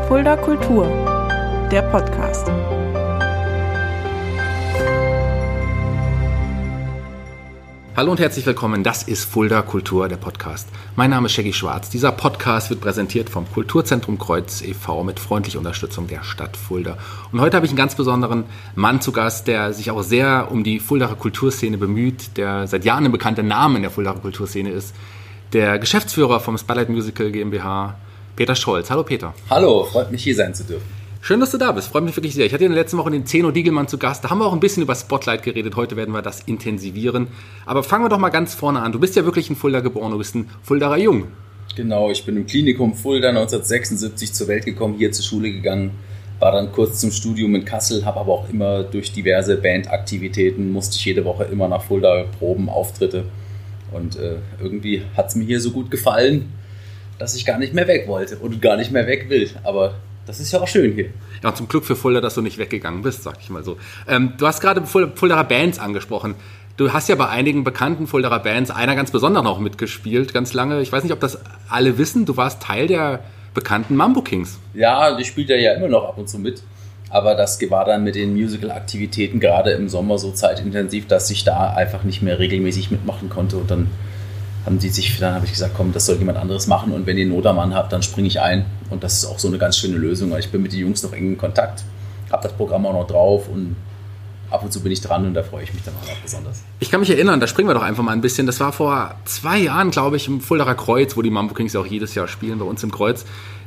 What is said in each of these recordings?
Fulda Kultur, der Podcast. Hallo und herzlich willkommen, das ist Fulda Kultur, der Podcast. Mein Name ist Shaggy Schwarz. Dieser Podcast wird präsentiert vom Kulturzentrum Kreuz e.V. mit freundlicher Unterstützung der Stadt Fulda. Und heute habe ich einen ganz besonderen Mann zu Gast, der sich auch sehr um die Fuldaer Kulturszene bemüht, der seit Jahren ein bekannter Name in der Fuldaer Kulturszene ist, der Geschäftsführer vom Spotlight Musical GmbH, Peter Scholz. Hallo Peter. Hallo, freut mich hier sein zu dürfen. Schön, dass du da bist, freut mich wirklich sehr. Ich hatte in der letzten Woche den Zeno Diegelmann zu Gast, da haben wir auch ein bisschen über Spotlight geredet, heute werden wir das intensivieren. Aber fangen wir doch mal ganz vorne an, du bist ja wirklich in Fulda geboren, du bist ein Fuldaer Jung. Genau, ich bin im Klinikum Fulda 1976 zur Welt gekommen, hier zur Schule gegangen, war dann kurz zum Studium in Kassel, habe aber auch immer durch diverse Bandaktivitäten, musste ich jede Woche immer nach Fulda proben, Auftritte und irgendwie hat es mir hier so gut gefallen, dass ich gar nicht mehr weg wollte und gar nicht mehr weg will, aber das ist ja auch schön hier. Ja, zum Glück für Fulda, dass du nicht weggegangen bist, sag ich mal so. Du hast gerade Fuldaer Bands angesprochen. Du hast ja bei einigen bekannten Fuldaer Bands, einer ganz besonders noch mitgespielt, ganz lange. Ich weiß nicht, ob das alle wissen, du warst Teil der bekannten Mambo Kings. Ja, die spielt ja immer noch ab und zu mit. Aber das war dann mit den Musical-Aktivitäten gerade im Sommer so zeitintensiv, dass ich da einfach nicht mehr regelmäßig mitmachen konnte. Und dann habe ich gesagt, komm, das soll jemand anderes machen und wenn ihr Not am Mann habt, dann springe ich ein und das ist auch so eine ganz schöne Lösung. Ich bin mit den Jungs noch eng in Kontakt, habe das Programm auch noch drauf und ab und zu bin ich dran und da freue ich mich dann auch besonders. Ich kann mich erinnern, da springen wir doch einfach mal ein bisschen, das war vor 2 Jahren, glaube ich, im Fuldaer Kreuz, wo die Mambo Kings ja auch jedes Jahr spielen, bei uns im Kreuz.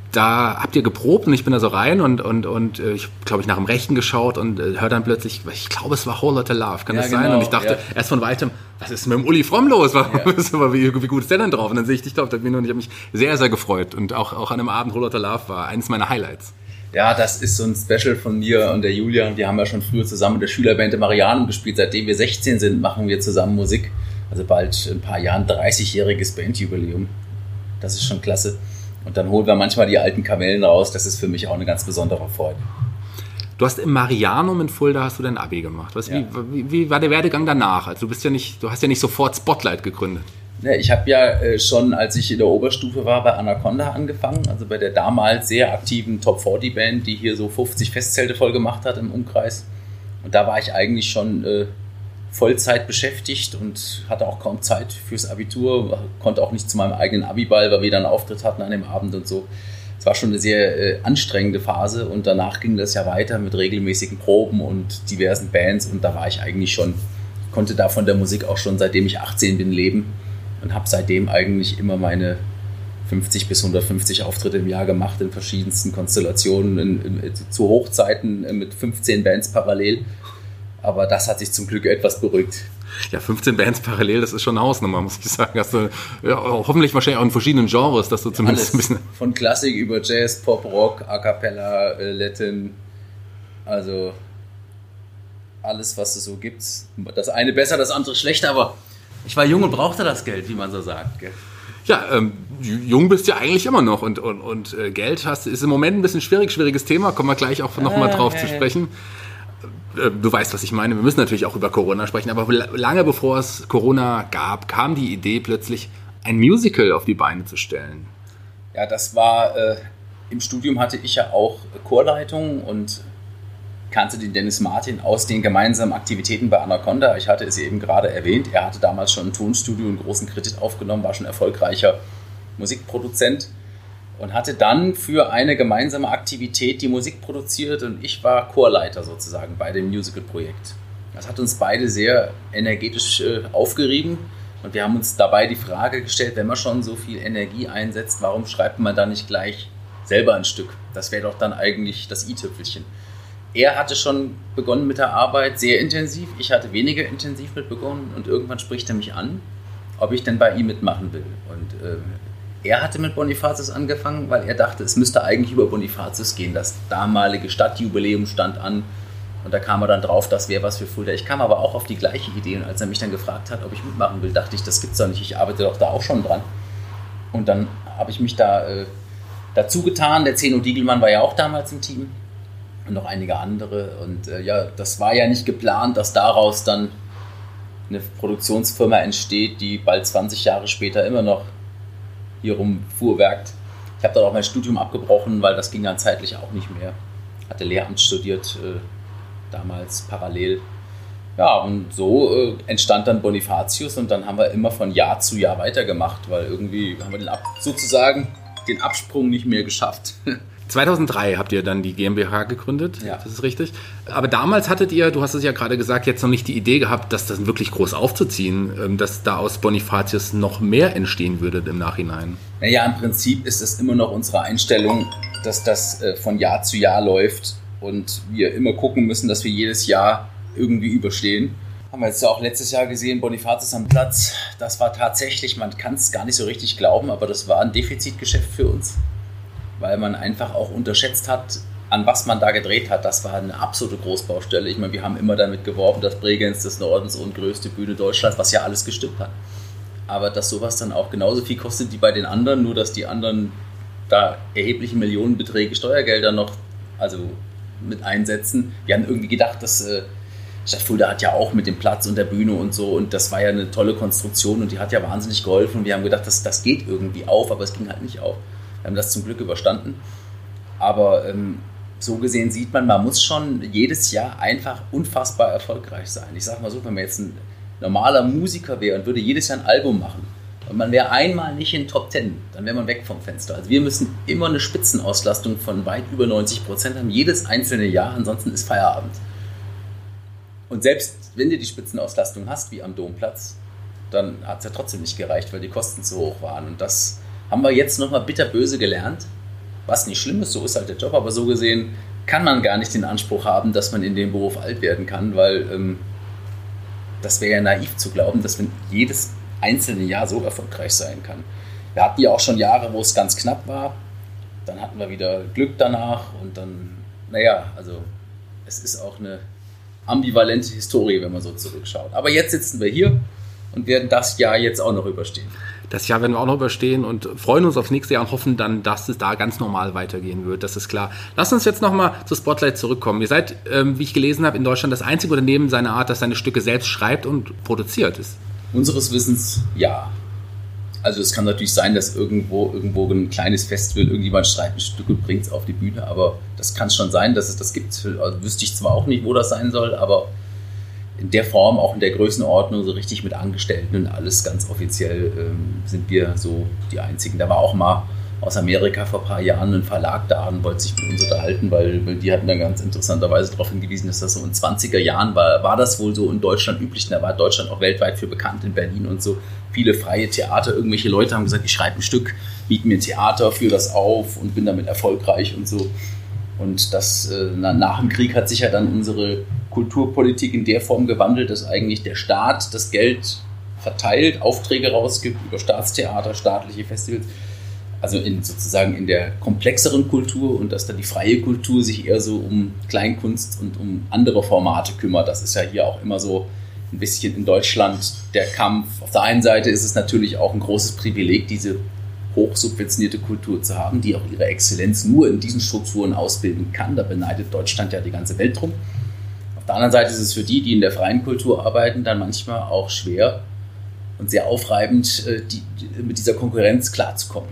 Da habt ihr geprobt und ich bin da so rein und ich glaube, ich nach dem Rechten geschaut und höre dann plötzlich, ich glaube, es war Whole Lotta Love, kann das sein? Und ich dachte erst von weitem, was ist mit dem Uli Fromm los? Wie gut ist der denn drauf? Und dann sehe ich dich da auf der Bühne und ich habe mich sehr, sehr gefreut. Und auch an einem Abend Whole Lotta Love war eines meiner Highlights. Ja, das ist so ein Special von mir und der Julian. Wir haben ja schon früher zusammen mit der Schülerband der Marianum gespielt. Seitdem wir 16 sind, machen wir zusammen Musik. Also bald in ein paar Jahren 30-jähriges Bandjubiläum. Das ist schon klasse. Und dann holen wir manchmal die alten Kamellen raus. Das ist für mich auch eine ganz besondere Freude. Du hast im Marianum in Fulda hast du dein Abi gemacht. Wie war der Werdegang danach? Also du hast ja nicht sofort Spotlight gegründet. Ja, ich habe ja schon, als ich in der Oberstufe war, bei Anaconda angefangen. Also bei der damals sehr aktiven Top 40 Band, die hier so 50 Festzelte voll gemacht hat im Umkreis. Und da war ich eigentlich schon Vollzeit beschäftigt und hatte auch kaum Zeit fürs Abitur, konnte auch nicht zu meinem eigenen Abiball, weil wir dann einen Auftritt hatten an dem Abend und so. Es war schon eine sehr anstrengende Phase und danach ging das ja weiter mit regelmäßigen Proben und diversen Bands und da war ich eigentlich schon, konnte da von der Musik auch schon seitdem ich 18 bin leben und habe seitdem eigentlich immer meine 50 bis 150 Auftritte im Jahr gemacht in verschiedensten Konstellationen, zu Hochzeiten mit 15 Bands parallel. Aber das hat sich zum Glück etwas beruhigt. Ja, 15 Bands parallel, das ist schon eine Hausnummer, muss ich sagen. Hast du hoffentlich wahrscheinlich auch in verschiedenen Genres, dass du zumindest alles, ein bisschen... Von Klassik über Jazz, Pop, Rock, A Cappella, Latin, also alles, was es so gibt. Das eine besser, das andere schlechter, aber ich war jung und brauchte das Geld, wie man so sagt. Gell? Ja, jung bist du ja eigentlich immer noch und Geld ist im Moment ein bisschen schwieriges Thema, kommen wir gleich auch nochmal drauf zu sprechen. Du weißt, was ich meine. Wir müssen natürlich auch über Corona sprechen, aber lange bevor es Corona gab, kam die Idee plötzlich, ein Musical auf die Beine zu stellen. Ja, das war, im Studium hatte ich ja auch Chorleitung und kannte den Dennis Martin aus den gemeinsamen Aktivitäten bei Anaconda. Ich hatte es eben gerade erwähnt, er hatte damals schon ein Tonstudio, einen großen Kredit aufgenommen, war schon erfolgreicher Musikproduzent. Und hatte dann für eine gemeinsame Aktivität die Musik produziert und ich war Chorleiter sozusagen bei dem Musical-Projekt. Das hat uns beide sehr energetisch aufgerieben und wir haben uns dabei die Frage gestellt, wenn man schon so viel Energie einsetzt, warum schreibt man da nicht gleich selber ein Stück? Das wäre doch dann eigentlich das i-Tüpfelchen. Er hatte schon begonnen mit der Arbeit, sehr intensiv, ich hatte weniger intensiv mit begonnen und irgendwann spricht er mich an, ob ich denn bei ihm mitmachen will. Und er hatte mit Bonifatius angefangen, weil er dachte, es müsste eigentlich über Bonifatius gehen. Das damalige Stadtjubiläum stand an und da kam er dann drauf, das wäre was für Fulda. Ich kam aber auch auf die gleiche Idee und als er mich dann gefragt hat, ob ich mitmachen will, dachte ich, das gibt's doch nicht, ich arbeite doch da auch schon dran. Und dann habe ich mich da dazu getan, der Zeno Diegelmann war ja auch damals im Team und noch einige andere und das war ja nicht geplant, dass daraus dann eine Produktionsfirma entsteht, die bald 20 Jahre später immer noch hier rumfuhrwerkt. Ich habe dann auch mein Studium abgebrochen, weil das ging dann zeitlich auch nicht mehr. Hatte Lehramt studiert, damals parallel. Ja, und so entstand dann Bonifatius und dann haben wir immer von Jahr zu Jahr weitergemacht, weil irgendwie haben wir sozusagen den Absprung nicht mehr geschafft. 2003 habt ihr dann die GmbH gegründet, ja. Das ist richtig. Aber damals hattet ihr, du hast es ja gerade gesagt, jetzt noch nicht die Idee gehabt, das wirklich groß aufzuziehen, dass da aus Bonifatius noch mehr entstehen würde im Nachhinein. Naja, im Prinzip ist es immer noch unsere Einstellung, dass das von Jahr zu Jahr läuft und wir immer gucken müssen, dass wir jedes Jahr irgendwie überstehen. Haben wir jetzt ja auch letztes Jahr gesehen, Bonifatius am Platz, das war tatsächlich, man kann es gar nicht so richtig glauben, aber das war ein Defizitgeschäft für uns. Weil man einfach auch unterschätzt hat, an was man da gedreht hat. Das war eine absolute Großbaustelle. Ich meine, wir haben immer damit geworben, dass Bregenz des Nordens und größte Bühne Deutschlands, was ja alles gestimmt hat. Aber dass sowas dann auch genauso viel kostet wie bei den anderen, nur dass die anderen da erhebliche Millionenbeträge Steuergelder noch mit einsetzen. Wir haben irgendwie gedacht, dass Stadt Fulda hat ja auch mit dem Platz und der Bühne und so und das war ja eine tolle Konstruktion und die hat ja wahnsinnig geholfen und wir haben gedacht, das geht irgendwie auf, aber es ging halt nicht auf. Wir haben das zum Glück überstanden, aber so gesehen sieht man muss schon jedes Jahr einfach unfassbar erfolgreich sein. Ich sag mal so, wenn man jetzt ein normaler Musiker wäre und würde jedes Jahr ein Album machen und man wäre einmal nicht in Top 10, dann wäre man weg vom Fenster. Also wir müssen immer eine Spitzenauslastung von weit über 90% haben, jedes einzelne Jahr, ansonsten ist Feierabend. Und selbst wenn du die Spitzenauslastung hast, wie am Domplatz, dann hat es ja trotzdem nicht gereicht, weil die Kosten zu hoch waren und das haben wir jetzt nochmal bitterböse gelernt, was nicht schlimm ist, so ist halt der Job, aber so gesehen kann man gar nicht den Anspruch haben, dass man in dem Beruf alt werden kann, weil das wäre ja naiv zu glauben, dass man jedes einzelne Jahr so erfolgreich sein kann. Wir hatten ja auch schon Jahre, wo es ganz knapp war, dann hatten wir wieder Glück danach und dann, es ist auch eine ambivalente Historie, wenn man so zurückschaut. Aber jetzt sitzen wir hier und werden das Jahr jetzt auch noch überstehen. Das Jahr werden wir auch noch überstehen und freuen uns aufs nächste Jahr und hoffen dann, dass es da ganz normal weitergehen wird. Das ist klar. Lass uns jetzt nochmal zu Spotlight zurückkommen. Ihr seid, wie ich gelesen habe, in Deutschland das einzige Unternehmen seiner Art, das seine Stücke selbst schreibt und produziert ist. Unseres Wissens ja. Also es kann natürlich sein, dass irgendwo ein kleines Festival irgendjemand schreibt ein Stück und bringt es auf die Bühne, aber das kann schon sein, dass es das gibt. Also wüsste ich zwar auch nicht, wo das sein soll, aber in der Form, auch in der Größenordnung, so richtig mit Angestellten und alles ganz offiziell sind wir so die Einzigen. Da war auch mal aus Amerika vor ein paar Jahren ein Verlag da und wollte sich mit uns unterhalten, weil die hatten dann ganz interessanterweise darauf hingewiesen, dass das so in 20er Jahren war das wohl so in Deutschland üblich. Da war Deutschland auch weltweit für bekannt, in Berlin und so. Viele freie Theater, irgendwelche Leute haben gesagt, ich schreibe ein Stück, miete mir ein Theater, führe das auf und bin damit erfolgreich und so. Und das nach dem Krieg hat sich ja dann unsere Kulturpolitik in der Form gewandelt, dass eigentlich der Staat das Geld verteilt, Aufträge rausgibt über Staatstheater, staatliche Festivals, also sozusagen in der komplexeren Kultur und dass dann die freie Kultur sich eher so um Kleinkunst und um andere Formate kümmert. Das ist ja hier auch immer so ein bisschen in Deutschland der Kampf. Auf der einen Seite ist es natürlich auch ein großes Privileg, diese hochsubventionierte Kultur zu haben, die auch ihre Exzellenz nur in diesen Strukturen ausbilden kann. Da beneidet Deutschland ja die ganze Welt drum. Auf der anderen Seite ist es für die in der freien Kultur arbeiten, dann manchmal auch schwer und sehr aufreibend, mit dieser Konkurrenz klarzukommen.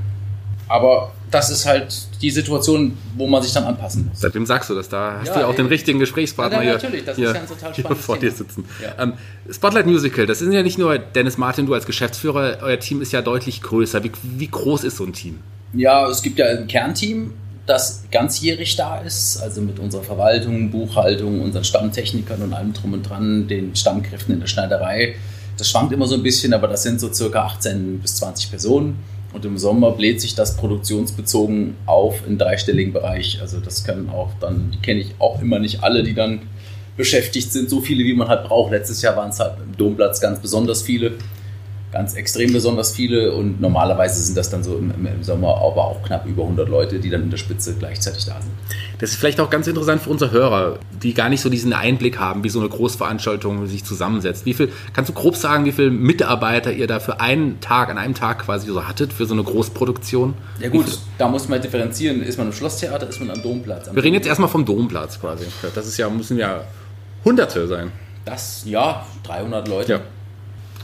Aber das ist halt die Situation, wo man sich dann anpassen muss. Seitdem sagst du das, da hast du ja auch den richtigen Gesprächspartner ja, natürlich, das ist ja ein total spannendes vor dir sitzen. Ja. Spotlight Musical, das sind ja nicht nur Dennis Martin, du als Geschäftsführer, euer Team ist ja deutlich größer. Wie groß ist so ein Team? Ja, es gibt ja ein Kernteam, das ganzjährig da ist, also mit unserer Verwaltung, Buchhaltung, unseren Stammtechnikern und allem drum und dran, den Stammkräften in der Schneiderei. Das schwankt immer so ein bisschen, aber das sind so circa 18 bis 20 Personen. Und im Sommer bläht sich das produktionsbezogen auf in dreistelligen Bereich. Also das können auch dann, die kenne ich auch immer nicht alle, die dann beschäftigt sind, so viele wie man halt braucht. Letztes Jahr waren es halt im Domplatz ganz besonders viele, ganz extrem besonders viele und normalerweise sind das dann so im Sommer aber auch knapp über 100 Leute, die dann in der Spitze gleichzeitig da sind. Das ist vielleicht auch ganz interessant für unsere Hörer, die gar nicht so diesen Einblick haben, wie so eine Großveranstaltung sich zusammensetzt. Kannst du grob sagen, wie viele Mitarbeiter ihr da für einen Tag, an einem Tag quasi so hattet, für so eine Großproduktion? Ja gut, da muss man differenzieren. Ist man im Schlosstheater, ist man am Domplatz? Wir reden jetzt erstmal vom Domplatz quasi. Das ist ja, müssen ja Hunderte sein. Das, ja, 300 Leute. Ja.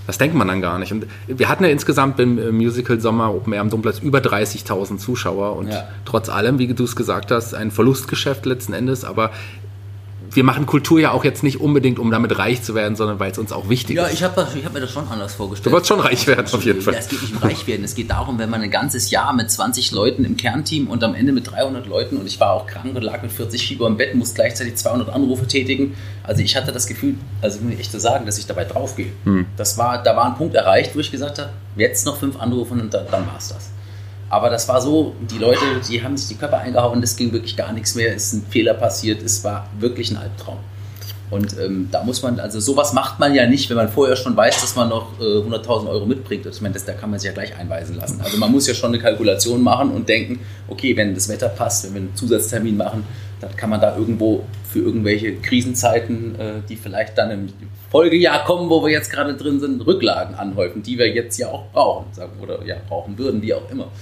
Das denkt man dann gar nicht. Und wir hatten ja insgesamt im Musical Sommer Open Air am Domplatz über 30.000 Zuschauer und trotz allem, wie du es gesagt hast, ein Verlustgeschäft letzten Endes, aber wir machen Kultur ja auch jetzt nicht unbedingt, um damit reich zu werden, sondern weil es uns auch wichtig ist. Ja, ich hab mir das schon anders vorgestellt. Du wolltest schon reich werden, auf jeden Fall. Ja, es geht nicht um reich werden. Es geht darum, wenn man ein ganzes Jahr mit 20 Leuten im Kernteam und am Ende mit 300 Leuten, und ich war auch krank und lag mit 40 Fieber im Bett, musste gleichzeitig 200 Anrufe tätigen. Also ich hatte das Gefühl, also muss ich echt so sagen, dass ich dabei draufgehe. Da war ein Punkt erreicht, wo ich gesagt habe, jetzt noch 5 Anrufe und dann war es das. Aber das war so, die Leute, die haben sich die Köpfe eingehauen, es ging wirklich gar nichts mehr, es ist ein Fehler passiert, es war wirklich ein Albtraum. Und da muss man, also sowas macht man ja nicht, wenn man vorher schon weiß, dass man noch 100.000 Euro mitbringt. Ich meine, da kann man sich ja gleich einweisen lassen. Also man muss ja schon eine Kalkulation machen und denken, okay, wenn das Wetter passt, wenn wir einen Zusatztermin machen, dann kann man da irgendwo für irgendwelche Krisenzeiten, die vielleicht dann im Folgejahr kommen, wo wir jetzt gerade drin sind, Rücklagen anhäufen, die wir jetzt ja auch brauchen, oder ja, brauchen würden, wie auch immer.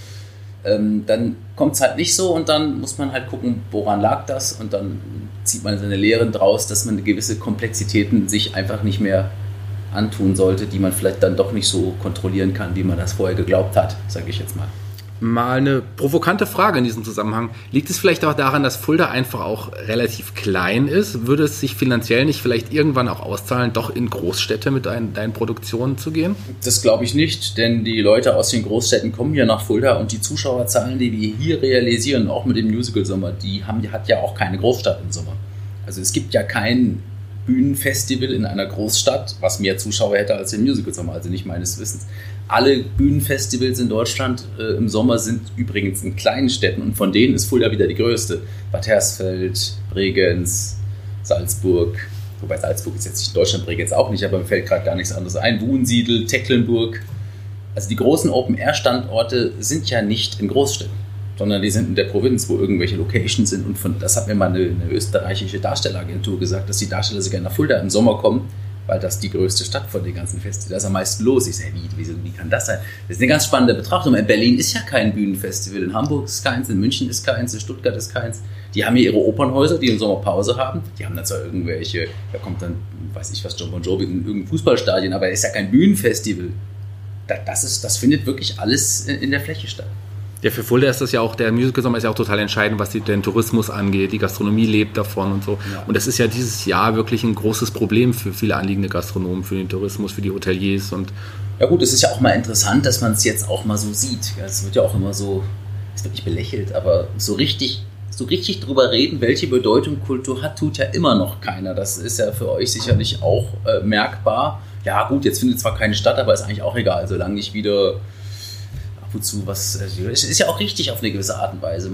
Dann kommt es halt nicht so und dann muss man halt gucken, woran lag das, und dann zieht man seine Lehren draus, dass man gewisse Komplexitäten sich einfach nicht mehr antun sollte, die man vielleicht dann doch nicht so kontrollieren kann, wie man das vorher geglaubt hat, sage ich jetzt mal. Mal eine provokante Frage in diesem Zusammenhang. Liegt es vielleicht auch daran, dass Fulda einfach auch relativ klein ist? Würde es sich finanziell nicht vielleicht irgendwann auch auszahlen, doch in Großstädte mit deinen Produktionen zu gehen? Das glaube ich nicht, denn die Leute aus den Großstädten kommen hier nach Fulda und die Zuschauerzahlen, die wir hier realisieren, auch mit dem Musical Sommer, hat ja auch keine Großstadt im Sommer. Also es gibt ja kein Bühnenfestival in einer Großstadt, was mehr Zuschauer hätte als der Musical Sommer, also nicht meines Wissens. Alle Bühnenfestivals in Deutschland im Sommer sind übrigens in kleinen Städten und von denen ist Fulda wieder die größte. Bad Hersfeld, Bregenz, Salzburg, wobei Salzburg ist jetzt nicht in Deutschland, Bregenz auch nicht, aber mir fällt gerade gar nichts anderes ein. Wunsiedel, Tecklenburg. Also die großen Open-Air-Standorte sind ja nicht in Großstädten, sondern die sind in der Provinz, wo irgendwelche Locations sind. Und das hat mir mal eine österreichische Darstelleragentur gesagt, dass die Darsteller sogar nach Fulda im Sommer kommen, weil das die größte Stadt von den ganzen Festivals, da ist am meisten los. Ich sage, wie kann das sein? Das ist eine ganz spannende Betrachtung. In Berlin ist ja kein Bühnenfestival, in Hamburg ist keins, in München ist keins, in Stuttgart ist keins. Die haben hier ihre Opernhäuser, die im Sommer Pause haben. Die haben dann zwar irgendwelche, da kommt dann, weiß ich was, John Bon Jovi in irgendein Fußballstadion, aber es ist ja kein Bühnenfestival. Das findet wirklich alles in der Fläche statt. Ja, für Fulda ist das ja auch, der Musical Sommer ist ja auch total entscheidend, was den Tourismus angeht. Die Gastronomie lebt davon und so. Ja. Und das ist ja dieses Jahr wirklich ein großes Problem für viele anliegende Gastronomen, für den Tourismus, für die Hoteliers. Und ja gut, es ist ja auch mal interessant, dass man es jetzt auch mal so sieht. Es wird ja auch immer so, es wird nicht belächelt, aber so richtig drüber reden, welche Bedeutung Kultur hat, tut ja immer noch keiner. Das ist ja für euch sicherlich auch merkbar. Ja gut, jetzt findet zwar keine statt, aber ist eigentlich auch egal, solange nicht wieder wozu was. Es ist ja auch richtig auf eine gewisse Art und Weise.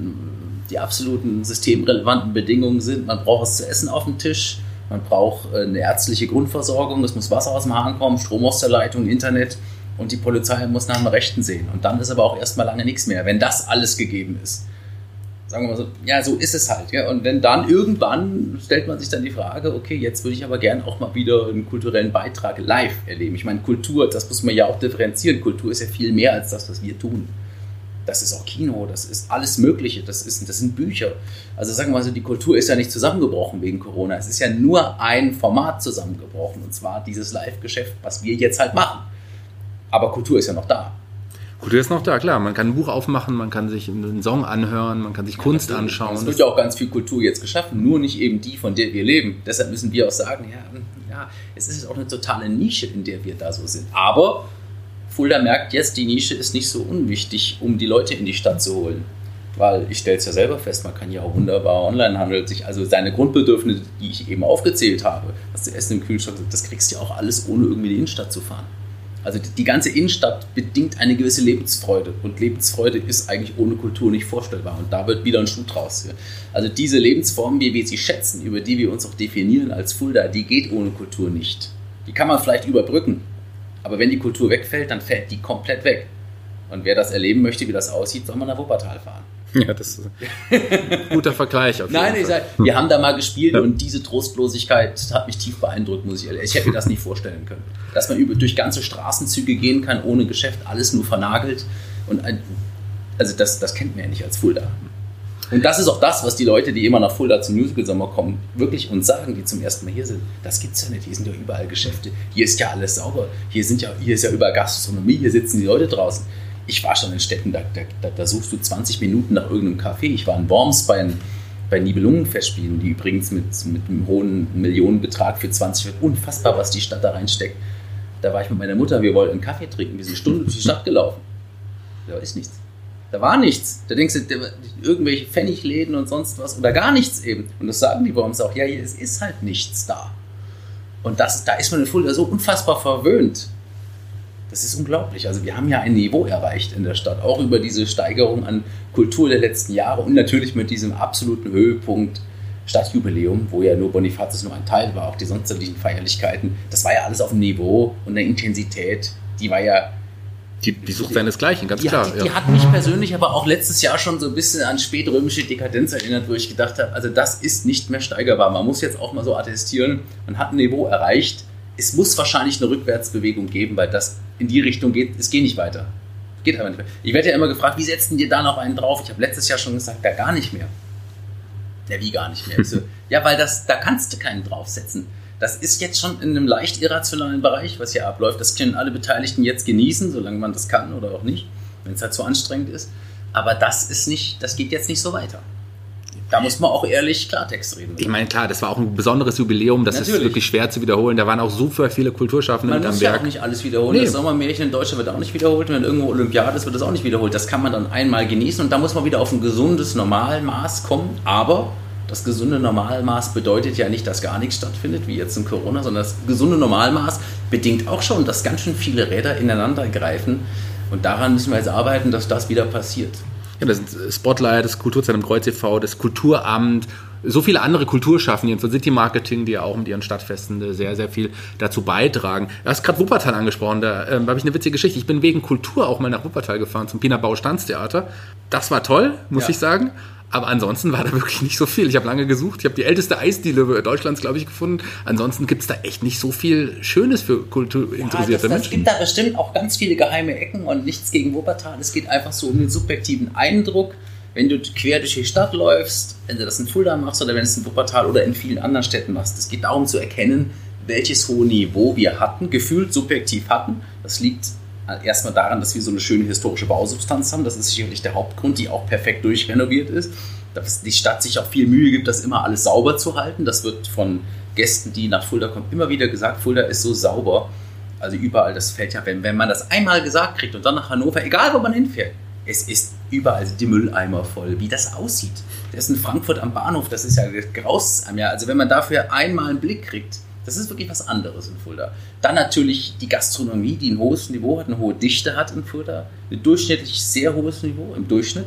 Die absoluten systemrelevanten Bedingungen sind, man braucht was zu essen auf dem Tisch, man braucht eine ärztliche Grundversorgung, es muss Wasser aus dem Hahn kommen, Strom aus der Leitung, Internet, und die Polizei muss nach dem Rechten sehen. Und dann ist aber auch erstmal lange nichts mehr, wenn das alles gegeben ist. Sagen wir mal so, ja, so ist es halt. Ja? Und wenn dann irgendwann stellt man sich dann die Frage, okay, jetzt würde ich aber gerne auch mal wieder einen kulturellen Beitrag live erleben. Ich meine, Kultur, das muss man ja auch differenzieren. Kultur ist ja viel mehr als das, was wir tun. Das ist auch Kino, das ist alles Mögliche, das sind Bücher. Also sagen wir mal so, die Kultur ist ja nicht zusammengebrochen wegen Corona. Es ist ja nur ein Format zusammengebrochen, und zwar dieses Live-Geschäft, was wir jetzt halt machen. Aber Kultur ist ja noch da. Kultur ist noch da, klar. Man kann ein Buch aufmachen, man kann sich einen Song anhören, man kann sich Kunst anschauen. Es wird ja auch ganz viel Kultur jetzt geschaffen, nur nicht eben die, von der wir leben. Deshalb müssen wir auch sagen, ja, es ist auch eine totale Nische, in der wir da so sind. Aber Fulda merkt jetzt, die Nische ist nicht so unwichtig, um die Leute in die Stadt zu holen. Weil ich stelle es ja selber fest, man kann ja auch wunderbar online handeln, also seine Grundbedürfnisse, die ich eben aufgezählt habe, was zu essen im Kühlschrank, das kriegst du ja auch alles, ohne irgendwie in die Innenstadt zu fahren. Also die ganze Innenstadt bedingt eine gewisse Lebensfreude, und Lebensfreude ist eigentlich ohne Kultur nicht vorstellbar, und da wird wieder ein Schuh draus. Also diese Lebensform, wie wir sie schätzen, über die wir uns auch definieren als Fulda, die geht ohne Kultur nicht. Die kann man vielleicht überbrücken, aber wenn die Kultur wegfällt, dann fällt die komplett weg. Und wer das erleben möchte, wie das aussieht, soll man nach Wuppertal fahren. Ja, das ist ein guter Vergleich. Nein, ich sage, wir haben da mal gespielt, und diese Trostlosigkeit hat mich tief beeindruckt, muss ich ehrlich. Ich hätte mir das nicht vorstellen können. Dass man durch ganze Straßenzüge gehen kann, ohne Geschäft, alles nur vernagelt. Und also das kennt man ja nicht als Fulda. Und das ist auch das, was die Leute, die immer nach Fulda zum Musical-Sommer kommen, wirklich uns sagen, die zum ersten Mal hier sind. Das gibt's ja nicht, hier sind ja überall Geschäfte, hier ist ja alles sauber, hier ist ja überall Gastronomie, hier sitzen die Leute draußen. Ich war schon in Städten, da suchst du 20 Minuten nach irgendeinem Café. Ich war in Worms bei Nibelungenfestspielen, die übrigens mit einem hohen Millionenbetrag für 20 wird. Unfassbar, was die Stadt da reinsteckt. Da war ich mit meiner Mutter, wir wollten einen Kaffee trinken, wir sind eine Stunde durch die Stadt gelaufen. Da ist nichts. Da war nichts. Da denkst du, irgendwelche Pfennigläden und sonst was oder gar nichts eben. Und das sagen die Worms auch, ja, es ist halt nichts da. Und da ist man in Fulda so unfassbar verwöhnt. Das ist unglaublich. Also wir haben ja ein Niveau erreicht in der Stadt, auch über diese Steigerung an Kultur der letzten Jahre und natürlich mit diesem absoluten Höhepunkt Stadtjubiläum, wo ja nur Bonifatius nur ein Teil war, auch die sonstigen Feierlichkeiten. Das war ja alles auf dem Niveau und der Intensität, die war ja... Die sucht seinesgleichen, ganz klar. Die hat mich persönlich aber auch letztes Jahr schon so ein bisschen an spätrömische Dekadenz erinnert, wo ich gedacht habe, also das ist nicht mehr steigerbar. Man muss jetzt auch mal so attestieren, man hat ein Niveau erreicht. Es muss wahrscheinlich eine Rückwärtsbewegung geben, weil das in die Richtung geht, es geht nicht weiter. Geht aber nicht mehr. Ich werde ja immer gefragt, wie setzt denn dir da noch einen drauf? Ich habe letztes Jahr schon gesagt, da gar nicht mehr. Ja, wie gar nicht mehr? So, ja, weil da kannst du keinen draufsetzen. Das ist jetzt schon in einem leicht irrationalen Bereich, was hier abläuft. Das können alle Beteiligten jetzt genießen, solange man das kann oder auch nicht, wenn es halt so anstrengend ist. Aber das geht jetzt nicht so weiter. Da muss man auch ehrlich Klartext reden. Ich meine, klar, das war auch ein besonderes Jubiläum, das ist wirklich schwer zu wiederholen. Da waren auch super viele Kulturschaffende mit am Werk. Man muss ja auch nicht alles wiederholen. Nee. Das Sommermärchen in Deutschland wird auch nicht wiederholt. Wenn irgendwo Olympiade ist, wird das auch nicht wiederholt. Das kann man dann einmal genießen und da muss man wieder auf ein gesundes Normalmaß kommen. Aber das gesunde Normalmaß bedeutet ja nicht, dass gar nichts stattfindet, wie jetzt in Corona, sondern das gesunde Normalmaß bedingt auch schon, dass ganz schön viele Räder ineinander greifen. Und daran müssen wir jetzt arbeiten, dass das wieder passiert. Ja, das sind Spotlight, das Kulturzentrum Kreuz e.V., das Kulturamt, so viele andere Kulturschaffende von City Marketing, die ja auch mit ihren Stadtfesten sehr, sehr viel dazu beitragen. Du hast gerade Wuppertal angesprochen, da habe ich eine witzige Geschichte. Ich bin wegen Kultur auch mal nach Wuppertal gefahren, zum Pina Bausch Tanztheater. Das war toll, muss ich sagen. Aber ansonsten war da wirklich nicht so viel. Ich habe lange gesucht. Ich habe die älteste Eisdiele Deutschlands, glaube ich, gefunden. Ansonsten gibt es da echt nicht so viel Schönes für kulturinteressierte Menschen. Es gibt da bestimmt auch ganz viele geheime Ecken und nichts gegen Wuppertal. Es geht einfach so um den subjektiven Eindruck, wenn du quer durch die Stadt läufst, wenn du das in Fulda machst oder wenn du es in Wuppertal oder in vielen anderen Städten machst. Es geht darum zu erkennen, welches hohe Niveau wir hatten, gefühlt subjektiv hatten. Das liegt erstmal daran, dass wir so eine schöne historische Bausubstanz haben. Das ist sicherlich der Hauptgrund, die auch perfekt durchrenoviert ist. Dass die Stadt sich auch viel Mühe gibt, das immer alles sauber zu halten. Das wird von Gästen, die nach Fulda kommen, immer wieder gesagt, Fulda ist so sauber. Also überall, das fällt ja, wenn man das einmal gesagt kriegt und dann nach Hannover, egal wo man hinfährt, es ist überall die Mülleimer voll, wie das aussieht. Das ist in Frankfurt am Bahnhof, das ist ja graus. Also wenn man dafür einmal einen Blick kriegt, das ist wirklich was anderes in Fulda. Dann natürlich die Gastronomie, die ein hohes Niveau hat, eine hohe Dichte hat in Fulda. Ein durchschnittlich sehr hohes Niveau im Durchschnitt.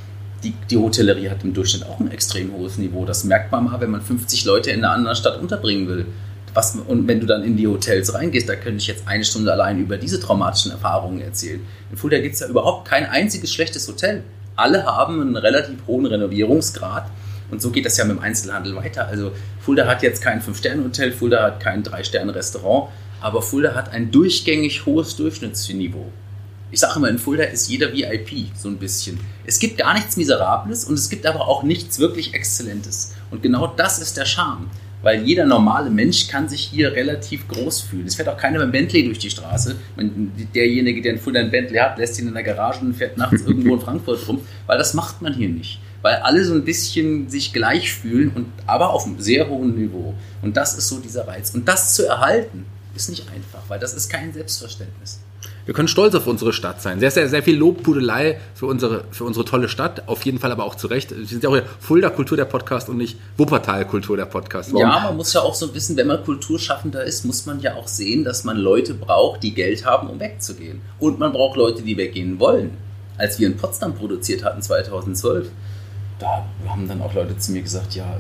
Die Hotellerie hat im Durchschnitt auch ein extrem hohes Niveau. Das merkt man mal, wenn man 50 Leute in einer anderen Stadt unterbringen will. Und wenn du dann in die Hotels reingehst, da könnte ich jetzt eine Stunde allein über diese traumatischen Erfahrungen erzählen. In Fulda gibt es ja überhaupt kein einziges schlechtes Hotel. Alle haben einen relativ hohen Renovierungsgrad. Und so geht das ja mit dem Einzelhandel weiter. Also Fulda hat jetzt kein 5-Sterne-Hotel, Fulda hat kein 3-Sterne-Restaurant, aber Fulda hat ein durchgängig hohes Durchschnittsniveau. Ich sage immer, in Fulda ist jeder VIP, so ein bisschen. Es gibt gar nichts Miserables und es gibt aber auch nichts wirklich Exzellentes. Und genau das ist der Charme, weil jeder normale Mensch kann sich hier relativ groß fühlen. Es fährt auch keiner mit Bentley durch die Straße. Derjenige, der in Fulda ein Bentley hat, lässt ihn in der Garage und fährt nachts irgendwo in Frankfurt rum, weil das macht man hier nicht. Weil alle so ein bisschen sich gleich fühlen, aber auf einem sehr hohen Niveau. Und das ist so dieser Reiz. Und das zu erhalten, ist nicht einfach, weil das ist kein Selbstverständnis. Wir können stolz auf unsere Stadt sein. Sehr, sehr, sehr viel Lobpudelei für unsere tolle Stadt. Auf jeden Fall aber auch zu Recht. Wir sind ja auch hier Fulda Kultur der Podcast und nicht Wuppertal Kultur der Podcast. Warum? Ja, man muss ja auch so wissen, wenn man Kulturschaffender ist, muss man ja auch sehen, dass man Leute braucht, die Geld haben, um wegzugehen. Und man braucht Leute, die weggehen wollen. Als wir in Potsdam produziert hatten 2012, da haben dann auch Leute zu mir gesagt, ja,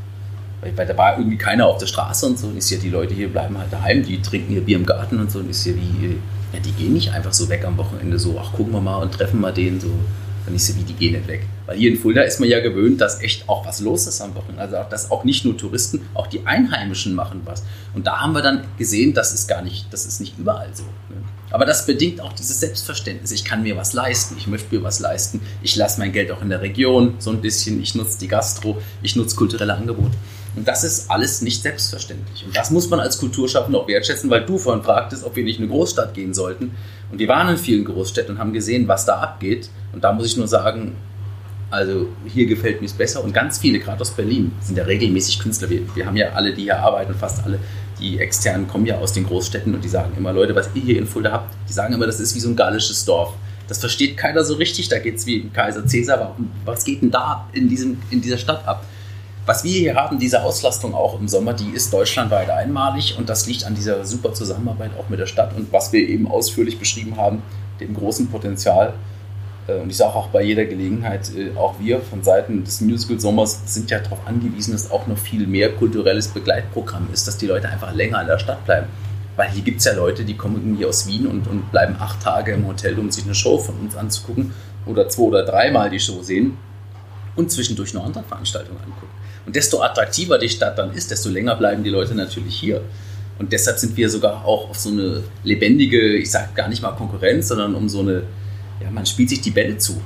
weil da war irgendwie keiner auf der Straße und so. Und ich sehe, die Leute hier bleiben halt daheim, die trinken ihr Bier im Garten und so. Und ich sehe, ja, die gehen nicht einfach so weg am Wochenende so, ach, gucken wir mal und treffen mal den so. Und ich sehe, die gehen nicht weg. Weil hier in Fulda ist man ja gewöhnt, dass echt auch was los ist am Wochenende. Also auch, dass auch nicht nur Touristen, auch die Einheimischen machen was. Und da haben wir dann gesehen, das ist nicht überall so. Ne? Aber das bedingt auch dieses Selbstverständnis. Ich kann mir was leisten, ich möchte mir was leisten. Ich lasse mein Geld auch in der Region so ein bisschen. Ich nutze die Gastro, ich nutze kulturelle Angebote. Und das ist alles nicht selbstverständlich. Und das muss man als Kulturschaffender auch wertschätzen, weil du vorhin fragtest, ob wir nicht in eine Großstadt gehen sollten. Und wir waren in vielen Großstädten und haben gesehen, was da abgeht. Und da muss ich nur sagen, also hier gefällt mir es besser. Und ganz viele, gerade aus Berlin, sind ja regelmäßig Künstler. Wir haben ja alle, die hier arbeiten, fast alle, die Externen kommen ja aus den Großstädten und die sagen immer, Leute, was ihr hier in Fulda habt, die sagen immer, das ist wie so ein gallisches Dorf. Das versteht keiner so richtig, da geht es wie im Kaiser Cäsar. Was geht denn da in dieser Stadt ab? Was wir hier haben, diese Auslastung auch im Sommer, die ist deutschlandweit einmalig und das liegt an dieser super Zusammenarbeit auch mit der Stadt und was wir eben ausführlich beschrieben haben, dem großen Potenzial. Und ich sage auch bei jeder Gelegenheit, auch wir von Seiten des Musical Sommers sind ja darauf angewiesen, dass auch noch viel mehr kulturelles Begleitprogramm ist, dass die Leute einfach länger in der Stadt bleiben. Weil hier gibt es ja Leute, die kommen irgendwie aus Wien und bleiben 8 Tage im Hotel, um sich eine Show von uns anzugucken oder 2 oder 3 Mal die Show sehen und zwischendurch noch andere Veranstaltungen angucken. Und desto attraktiver die Stadt dann ist, desto länger bleiben die Leute natürlich hier. Und deshalb sind wir sogar auch auf so eine lebendige, ich sage gar nicht mal Konkurrenz, sondern um so eine, ja, man spielt sich die Bälle zu.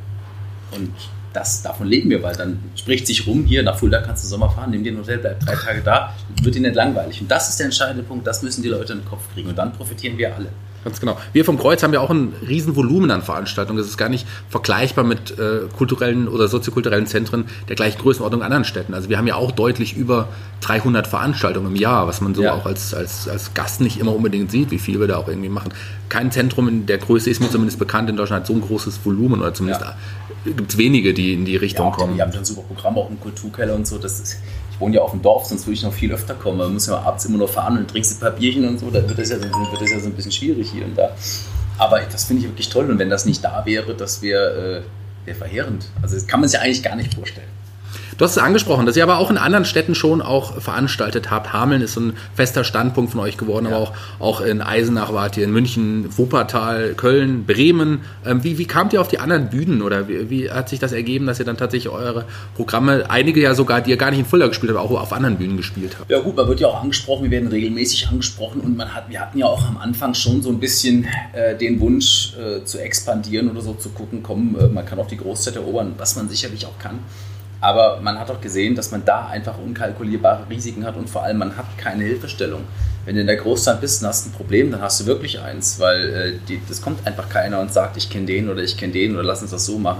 Ja. Und davon leben wir, weil dann spricht sich rum, hier nach Fulda kannst du Sommer fahren, nimm dir ein Hotel, bleib 3 Tage da, wird dir nicht langweilig. Und das ist der entscheidende Punkt, das müssen die Leute in den Kopf kriegen. Und dann profitieren wir alle. Ganz genau. Wir vom Kreuz haben ja auch ein riesen Volumen an Veranstaltungen. Das ist gar nicht vergleichbar mit kulturellen oder soziokulturellen Zentren der gleichen Größenordnung in anderen Städten. Also wir haben ja auch deutlich über 300 Veranstaltungen im Jahr, was man so auch als Gast nicht immer unbedingt sieht, wie viel wir da auch irgendwie machen. Kein Zentrum in der Größe ist mir zumindest bekannt in Deutschland, hat so ein großes Volumen oder zumindest gibt es wenige, die in die Richtung kommen. Wir haben schon ein super Programm, auch im Kulturkeller und so. Ich wohne ja auf dem Dorf, sonst würde ich noch viel öfter kommen. Man muss ja abends immer noch fahren und trinkst ein paar Bierchen und so, da wird das ja so ein bisschen schwierig hier und da. Aber das finde ich wirklich toll und wenn das nicht da wäre, das wäre verheerend. Also das kann man sich eigentlich gar nicht vorstellen. Du hast es angesprochen, dass ihr aber auch in anderen Städten schon auch veranstaltet habt. Hameln ist so ein fester Standpunkt von euch geworden, aber auch in Eisenach wart ihr, in München, Wuppertal, Köln, Bremen. Wie kamt ihr auf die anderen Bühnen oder wie hat sich das ergeben, dass ihr dann tatsächlich eure Programme, einige ja sogar, die ihr gar nicht in Fulda gespielt habt, auch auf anderen Bühnen gespielt habt? Ja gut, man wird ja auch angesprochen, wir werden regelmäßig angesprochen und wir hatten ja auch am Anfang schon so ein bisschen den Wunsch zu expandieren oder so, zu gucken, man kann auch die Großstadt erobern, was man sicherlich auch kann. Aber man hat auch gesehen, dass man da einfach unkalkulierbare Risiken hat und vor allem man hat keine Hilfestellung. Wenn du in der Großstadt bist und hast ein Problem, dann hast du wirklich eins, weil das kommt einfach keiner und sagt, ich kenne den oder lass uns das so machen.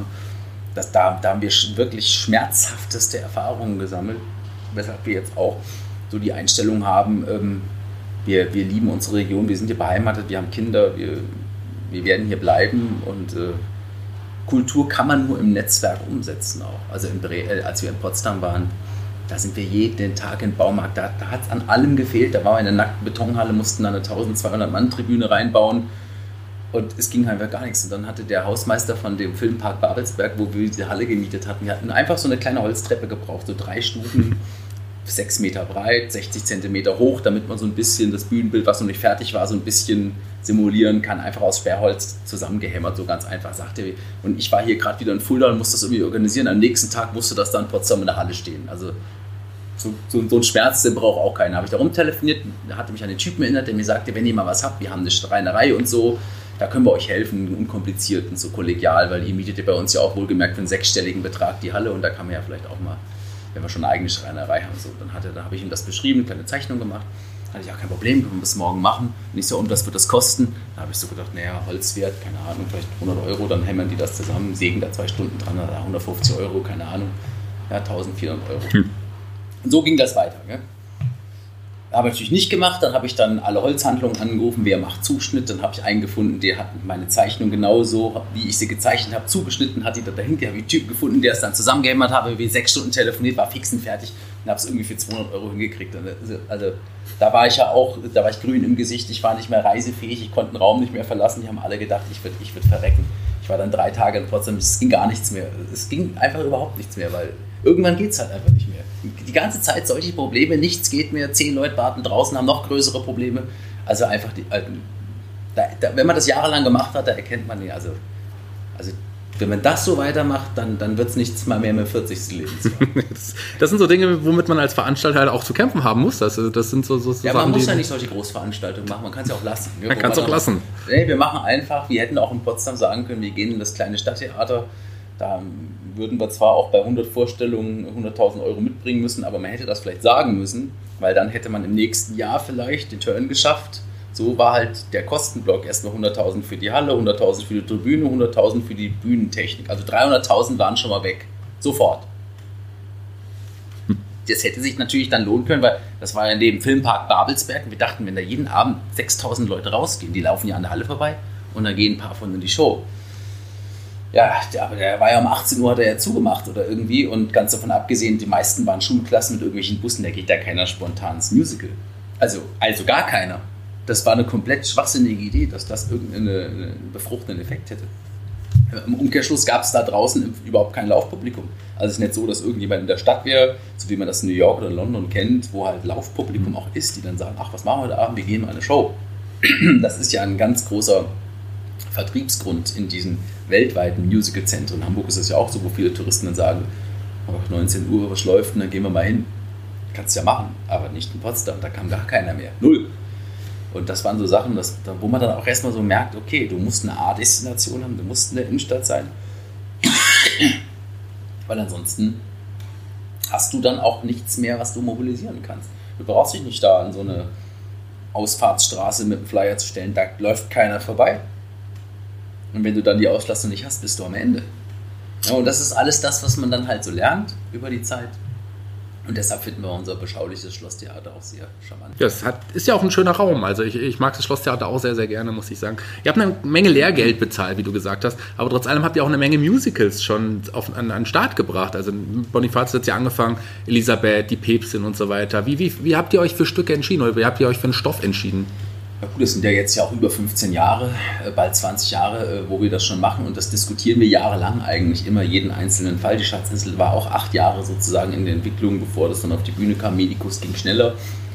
Da haben wir wirklich schmerzhafteste Erfahrungen gesammelt, weshalb wir jetzt auch so die Einstellung haben, wir lieben unsere Region, wir sind hier beheimatet, wir haben Kinder, wir werden hier bleiben und Kultur kann man nur im Netzwerk umsetzen auch. Also als wir in Potsdam waren, da sind wir jeden Tag im Baumarkt, da hat es an allem gefehlt. Da waren wir in der nackten Betonhalle, mussten dann eine 1200-Mann-Tribüne reinbauen und es ging einfach gar nichts. Und dann hatte der Hausmeister von dem Filmpark Babelsberg, wo wir diese Halle gemietet hatten, wir hatten einfach so eine kleine Holztreppe gebraucht, so 3 Stufen, 6 Meter breit, 60 Zentimeter hoch, damit man so ein bisschen das Bühnenbild, was noch nicht fertig war, so ein bisschen simulieren kann, einfach aus Sperrholz zusammengehämmert, so ganz einfach, sagte er. Und ich war hier gerade wieder in Fulda und musste das irgendwie organisieren. Am nächsten Tag musste das dann in Potsdam in der Halle stehen. Also so ein Schmerz, den braucht auch keiner. Habe ich da rumtelefoniert, da hatte mich an den Typen erinnert, der mir sagte, wenn ihr mal was habt, wir haben eine Schreinerei und so, da können wir euch helfen, unkompliziert und so kollegial, weil ihr mietet ja bei uns ja auch wohlgemerkt für einen 6-stelligen Betrag die Halle und da kann man ja vielleicht auch mal, wenn wir schon eine eigene Schreinerei haben, so, dann habe ich ihm das beschrieben, eine kleine Zeichnung gemacht. Da hatte ich, ja, kein Problem, können wir bis morgen machen. Und ich so, und was wird das kosten? Da habe ich so gedacht, naja, Holzwert, keine Ahnung, vielleicht 100 Euro, dann hämmern die das zusammen, sägen da 2 Stunden dran, 150 Euro, keine Ahnung, ja, 1400 Euro. Und so ging das weiter. Gell? Habe ich natürlich nicht gemacht, dann habe ich dann alle Holzhandlungen angerufen, wer macht Zuschnitt, dann habe ich einen gefunden, der hat meine Zeichnung genauso, wie ich sie gezeichnet habe, zugeschnitten, hat die da dahinter, habe ich einen Typen gefunden, der es dann zusammengehämmert habe, wie 6 Stunden telefoniert, war fix und fertig und habe es irgendwie für 200 Euro hingekriegt. Also da war ich grün im Gesicht, ich war nicht mehr reisefähig, ich konnte den Raum nicht mehr verlassen, die haben alle gedacht, ich würd verrecken. Ich war dann 3 Tage in Potsdam, es ging gar nichts mehr, es ging einfach überhaupt nichts mehr, weil irgendwann geht es halt einfach nicht mehr. Die ganze Zeit solche Probleme, nichts geht mehr, 10 Leute warten draußen, haben noch größere Probleme. Also einfach, wenn man das jahrelang gemacht hat, da erkennt man, also Wenn man das so weitermacht, dann wird es nichts mal mehr mit 40. Lebensjahr. Das sind so Dinge, womit man als Veranstalter halt auch zu kämpfen haben muss. Das sind so ja, Sachen, man muss ja nicht solche Großveranstaltungen machen, man kann es ja auch lassen. Man kann es auch lassen. Nee, wir machen einfach, wir hätten auch in Potsdam sagen können, wir gehen in das kleine Stadttheater, da würden wir zwar auch bei 100 Vorstellungen 100.000 Euro mitbringen müssen, aber man hätte das vielleicht sagen müssen, weil dann hätte man im nächsten Jahr vielleicht den Turn geschafft. So war halt der Kostenblock erstmal 100.000 für die Halle, 100.000 für die Tribüne, 100.000 für die Bühnentechnik. Also 300.000 waren schon mal weg. Sofort. Das hätte sich natürlich dann lohnen können, weil das war ja in dem Filmpark Babelsberg und wir dachten, wenn da jeden Abend 6.000 Leute rausgehen, die laufen ja an der Halle vorbei und dann gehen ein paar von in die Show. Ja, aber der war ja um 18 Uhr, hat er ja zugemacht oder irgendwie und ganz davon abgesehen, die meisten waren Schulklassen mit irgendwelchen Bussen, da geht ja keiner spontan ins Musical. Also gar keiner. Das war eine komplett schwachsinnige Idee, dass das irgendeinen befruchtenden Effekt hätte. Im Umkehrschluss gab es da draußen überhaupt kein Laufpublikum. Also es ist nicht so, dass irgendjemand in der Stadt wäre, so wie man das in New York oder London kennt, wo halt Laufpublikum auch ist, die dann sagen, ach, was machen wir heute Abend, wir gehen mal eine Show. Das ist ja ein ganz großer Vertriebsgrund in diesen weltweiten Musical-Zentren. In Hamburg ist es ja auch so, wo viele Touristen dann sagen, ach, 19 Uhr, was läuft denn, dann gehen wir mal hin. Kannst du ja machen, aber nicht in Potsdam, da kam gar keiner mehr. Null. Und das waren so Sachen, wo man dann auch erstmal so merkt, okay, du musst eine A-Destination haben, du musst in der Innenstadt sein. Weil ansonsten hast du dann auch nichts mehr, was du mobilisieren kannst. Du brauchst dich nicht da an so eine Ausfahrtsstraße mit einem Flyer zu stellen, da läuft keiner vorbei. Und wenn du dann die Auslastung nicht hast, bist du am Ende. Ja, und das ist alles das, was man dann halt so lernt über die Zeit. Und deshalb finden wir unser beschauliches Schlosstheater auch sehr charmant. Ja, es ist ja auch ein schöner Raum. Also ich mag das Schlosstheater auch sehr, sehr gerne, muss ich sagen. Ihr habt eine Menge Lehrgeld bezahlt, wie du gesagt hast. Aber trotz allem habt ihr auch eine Menge Musicals schon an den Start gebracht. Also Bonifatius hat ja angefangen, Elisabeth, die Päpstin und so weiter. Wie habt ihr euch für Stücke entschieden oder wie habt ihr euch für einen Stoff entschieden? Ja gut, das sind ja jetzt ja auch über 15 Jahre, bald 20 Jahre, wo wir das schon machen und das diskutieren wir jahrelang eigentlich immer jeden einzelnen Fall. Die Schatzinsel war auch 8 Jahre sozusagen in der Entwicklung, bevor das dann auf die Bühne kam. Medicus ging schneller,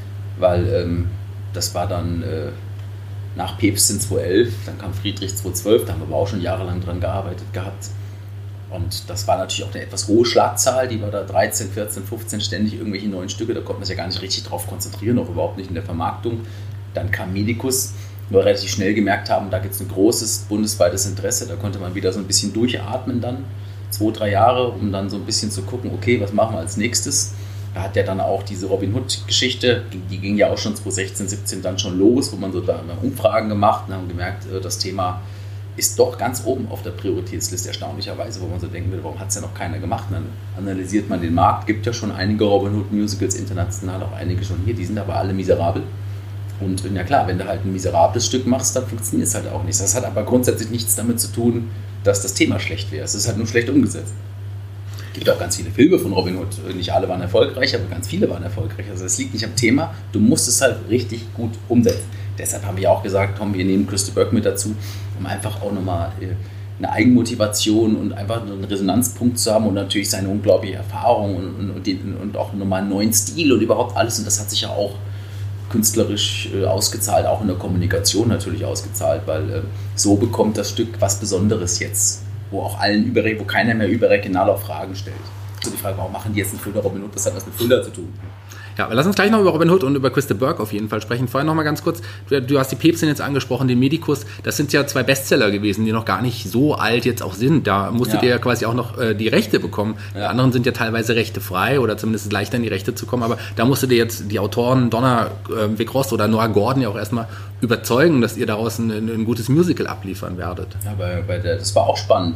weil das war dann nach Päpstin 2011, dann kam Friedrich 2012, da haben wir aber auch schon jahrelang dran gearbeitet gehabt. Und das war natürlich auch eine etwas hohe Schlagzahl, die war da 13, 14, 15 ständig irgendwelche neuen Stücke, da konnte man sich ja gar nicht richtig drauf konzentrieren, auch überhaupt nicht in der Vermarktung. Dann kam Medicus, wo wir relativ schnell gemerkt haben, da gibt es ein großes bundesweites Interesse. Da konnte man wieder so ein bisschen durchatmen dann, 2-3 Jahre, um dann so ein bisschen zu gucken, okay, was machen wir als nächstes? Da hat ja dann auch diese Robin Hood-Geschichte, die ging ja auch schon 2016, 17 dann schon los, wo man so da Umfragen gemacht und haben gemerkt, das Thema ist doch ganz oben auf der Prioritätsliste, erstaunlicherweise, wo man so denken würde, warum hat es ja noch keiner gemacht? Und dann analysiert man den Markt, gibt ja schon einige Robin Hood-Musicals international, auch einige schon hier, die sind aber alle miserabel. Und ja klar, wenn du halt ein miserables Stück machst, dann funktioniert es halt auch nicht. Das hat aber grundsätzlich nichts damit zu tun, dass das Thema schlecht wäre. Es ist halt nur schlecht umgesetzt. Es gibt auch ganz viele Filme von Robin Hood. Nicht alle waren erfolgreich, aber ganz viele waren erfolgreich. Also es liegt nicht am Thema, du musst es halt richtig gut umsetzen. Deshalb haben wir auch gesagt, komm, wir nehmen Christa Burke mit dazu, um einfach auch nochmal eine Eigenmotivation und einfach einen Resonanzpunkt zu haben und natürlich seine unglaubliche Erfahrung und auch nochmal einen neuen Stil und überhaupt alles. Und das hat sich ja auch künstlerisch ausgezahlt, auch in der Kommunikation natürlich ausgezahlt, weil so bekommt das Stück was Besonderes jetzt, wo keiner mehr überregional auf Fragen stellt. So die Frage, warum machen die jetzt einen Fulda Robin Hood? Das hat was mit Fulda zu tun. Ja, aber lass uns gleich noch über Robin Hood und über Christa Burke auf jeden Fall sprechen. Vorher noch mal ganz kurz, du hast die Päpstin jetzt angesprochen, den Medicus, das sind ja 2 Bestseller gewesen, die noch gar nicht so alt jetzt auch sind. Da musstet ihr ja quasi auch noch die Rechte bekommen. Ja. Die anderen sind ja teilweise rechtefrei oder zumindest leichter in die Rechte zu kommen, aber da musstet ihr jetzt die Autoren Donna Wick-Ross oder Noah Gordon ja auch erstmal überzeugen, dass ihr daraus ein gutes Musical abliefern werdet. Ja, das war auch spannend.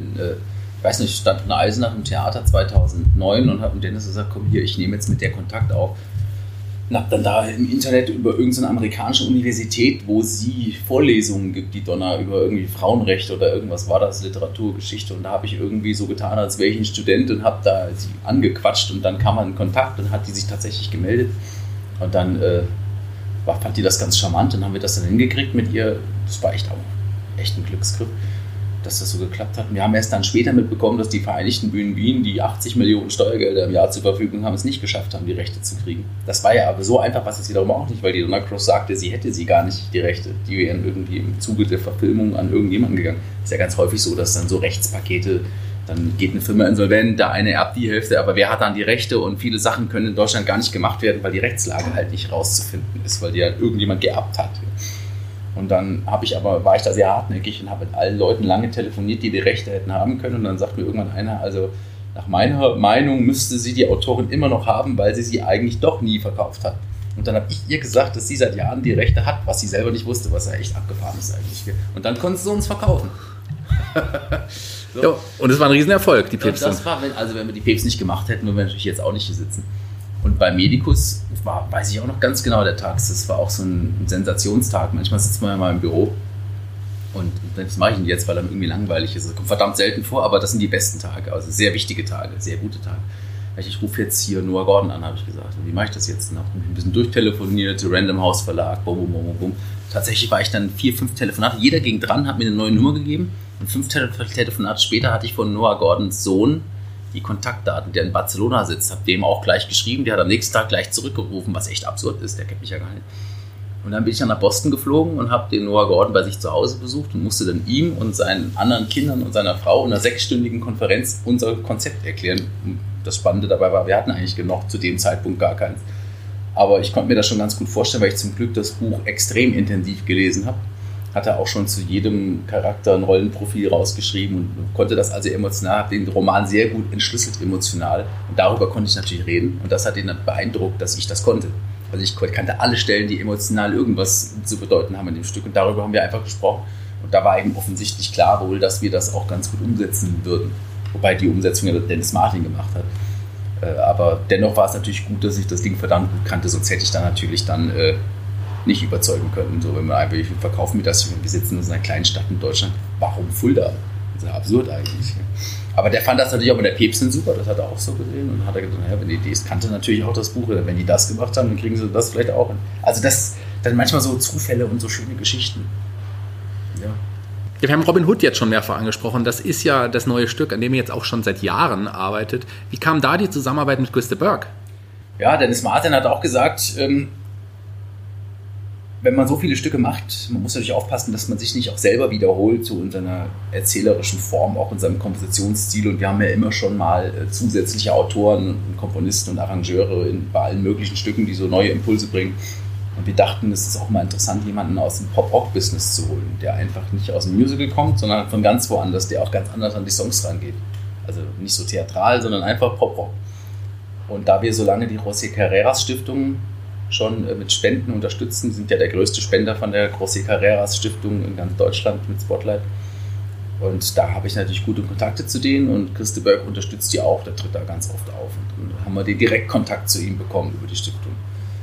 Ich weiß nicht, ich stand in Eisenach im Theater 2009 und habe mit Dennis gesagt, komm hier, ich nehme jetzt mit der Kontakt auf. Und habe dann da im Internet über irgendeine amerikanische Universität, wo sie Vorlesungen gibt, die Donna über irgendwie Frauenrecht oder irgendwas war das, Literaturgeschichte. Und da habe ich irgendwie so getan, als wäre ich ein Student und habe da sie angequatscht und dann kam man in Kontakt und hat die sich tatsächlich gemeldet. Und dann fand die das ganz charmant und haben wir das dann hingekriegt mit ihr. Das war echt ein Glücksgriff. dass das so geklappt hat. Wir haben erst dann später mitbekommen, dass die Vereinigten Bühnen Wien, die 80 Millionen Steuergelder im Jahr zur Verfügung haben, es nicht geschafft haben, die Rechte zu kriegen. Das war ja aber so einfach, was es wiederum auch nicht, weil die Donna Cross sagte, sie hätte sie gar nicht, die Rechte. Die wären irgendwie im Zuge der Verfilmung an irgendjemanden gegangen. Ist ja ganz häufig so, dass dann so Rechtspakete, dann geht eine Firma insolvent, der eine erbt die Hälfte, aber wer hat dann die Rechte? Und viele Sachen können in Deutschland gar nicht gemacht werden, weil die Rechtslage halt nicht rauszufinden ist, weil die halt irgendjemand geerbt hat. Und dann war ich da sehr hartnäckig und habe mit allen Leuten lange telefoniert, die Rechte hätten haben können. Und dann sagt mir irgendwann einer, also nach meiner Meinung müsste sie die Autorin immer noch haben, weil sie eigentlich doch nie verkauft hat. Und dann habe ich ihr gesagt, dass sie seit Jahren die Rechte hat, was sie selber nicht wusste, was ja echt abgefahren ist eigentlich. Und dann konnte sie uns verkaufen. So. Ja, und es war ein Riesenerfolg, die Päpste. Das war, wenn wir die Päpste nicht gemacht hätten, würden wir natürlich jetzt auch nicht hier sitzen. Und bei Medicus weiß ich auch noch ganz genau der Tag. Das war auch so ein Sensationstag. Manchmal sitzt man ja mal im Büro und das mache ich nicht jetzt, weil er irgendwie langweilig ist. Das kommt verdammt selten vor, aber das sind die besten Tage. Also sehr wichtige Tage, sehr gute Tage. Ich rufe jetzt hier Noah Gordon an, habe ich gesagt. Und wie mache ich das jetzt? Habe ein bisschen durchtelefoniert, Random House Verlag, bum, bum, bum, bum. Tatsächlich war ich dann 4-5 Telefonate. Jeder ging dran, hat mir eine neue Nummer gegeben. Und 5 Telefonate später hatte ich von Noah Gordons Sohn die Kontaktdaten, der in Barcelona sitzt, habe dem auch gleich geschrieben, der hat am nächsten Tag gleich zurückgerufen, was echt absurd ist, der kennt mich ja gar nicht. Und dann bin ich dann nach Boston geflogen und habe den Noah Gordon bei sich zu Hause besucht und musste dann ihm und seinen anderen Kindern und seiner Frau in einer 6-stündigen Konferenz unser Konzept erklären. Und das Spannende dabei war, wir hatten eigentlich noch zu dem Zeitpunkt gar keins. Aber ich konnte mir das schon ganz gut vorstellen, weil ich zum Glück das Buch extrem intensiv gelesen habe. Hatte auch schon zu jedem Charakter ein Rollenprofil rausgeschrieben und konnte das also emotional, habe den Roman sehr gut entschlüsselt emotional und darüber konnte ich natürlich reden und das hat ihn dann beeindruckt, dass ich das konnte. Also ich kannte alle Stellen, die emotional irgendwas zu bedeuten haben in dem Stück und darüber haben wir einfach gesprochen und da war eben offensichtlich klar wohl, dass wir das auch ganz gut umsetzen würden, wobei die Umsetzung ja Dennis Martin gemacht hat. Aber dennoch war es natürlich gut, dass ich das Ding verdammt gut kannte, sonst hätte ich da natürlich dann nicht überzeugen können. So, wenn wir einfach verkaufen wir das, wir sitzen in so einer kleinen Stadt in Deutschland, warum Fulda? Das ist ja absurd eigentlich. Aber der fand das natürlich auch mit der Päpstin super, das hat er auch so gesehen und hat er gedacht, naja, wenn die das kannte natürlich auch das Buch, wenn die das gemacht haben, dann kriegen sie das vielleicht auch. Also das dann manchmal so Zufälle und so schöne Geschichten. Ja. Wir haben Robin Hood jetzt schon mehrfach angesprochen. Das ist ja das neue Stück, an dem ihr jetzt auch schon seit Jahren arbeitet. Wie kam da die Zusammenarbeit mit Chris de Burgh? Ja, Dennis Martin hat auch gesagt, wenn man so viele Stücke macht, man muss natürlich aufpassen, dass man sich nicht auch selber wiederholt, so in seiner erzählerischen Form, auch in seinem Kompositionsstil. Und wir haben ja immer schon mal zusätzliche Autoren und Komponisten und Arrangeure bei allen möglichen Stücken, die so neue Impulse bringen. Und wir dachten, es ist auch mal interessant, jemanden aus dem Pop-Rock-Business zu holen, der einfach nicht aus dem Musical kommt, sondern von ganz woanders, der auch ganz anders an die Songs rangeht. Also nicht so theatral, sondern einfach Pop-Rock. Und da wir so lange die José Carreras Stiftung schon mit Spenden unterstützen, sind ja der größte Spender von der José Carreras Stiftung in ganz Deutschland mit Spotlight. Und da habe ich natürlich gute Kontakte zu denen und Chris de Burgh unterstützt die auch, der tritt da ganz oft auf. Und dann haben wir den Direktkontakt zu ihm bekommen über die Stiftung.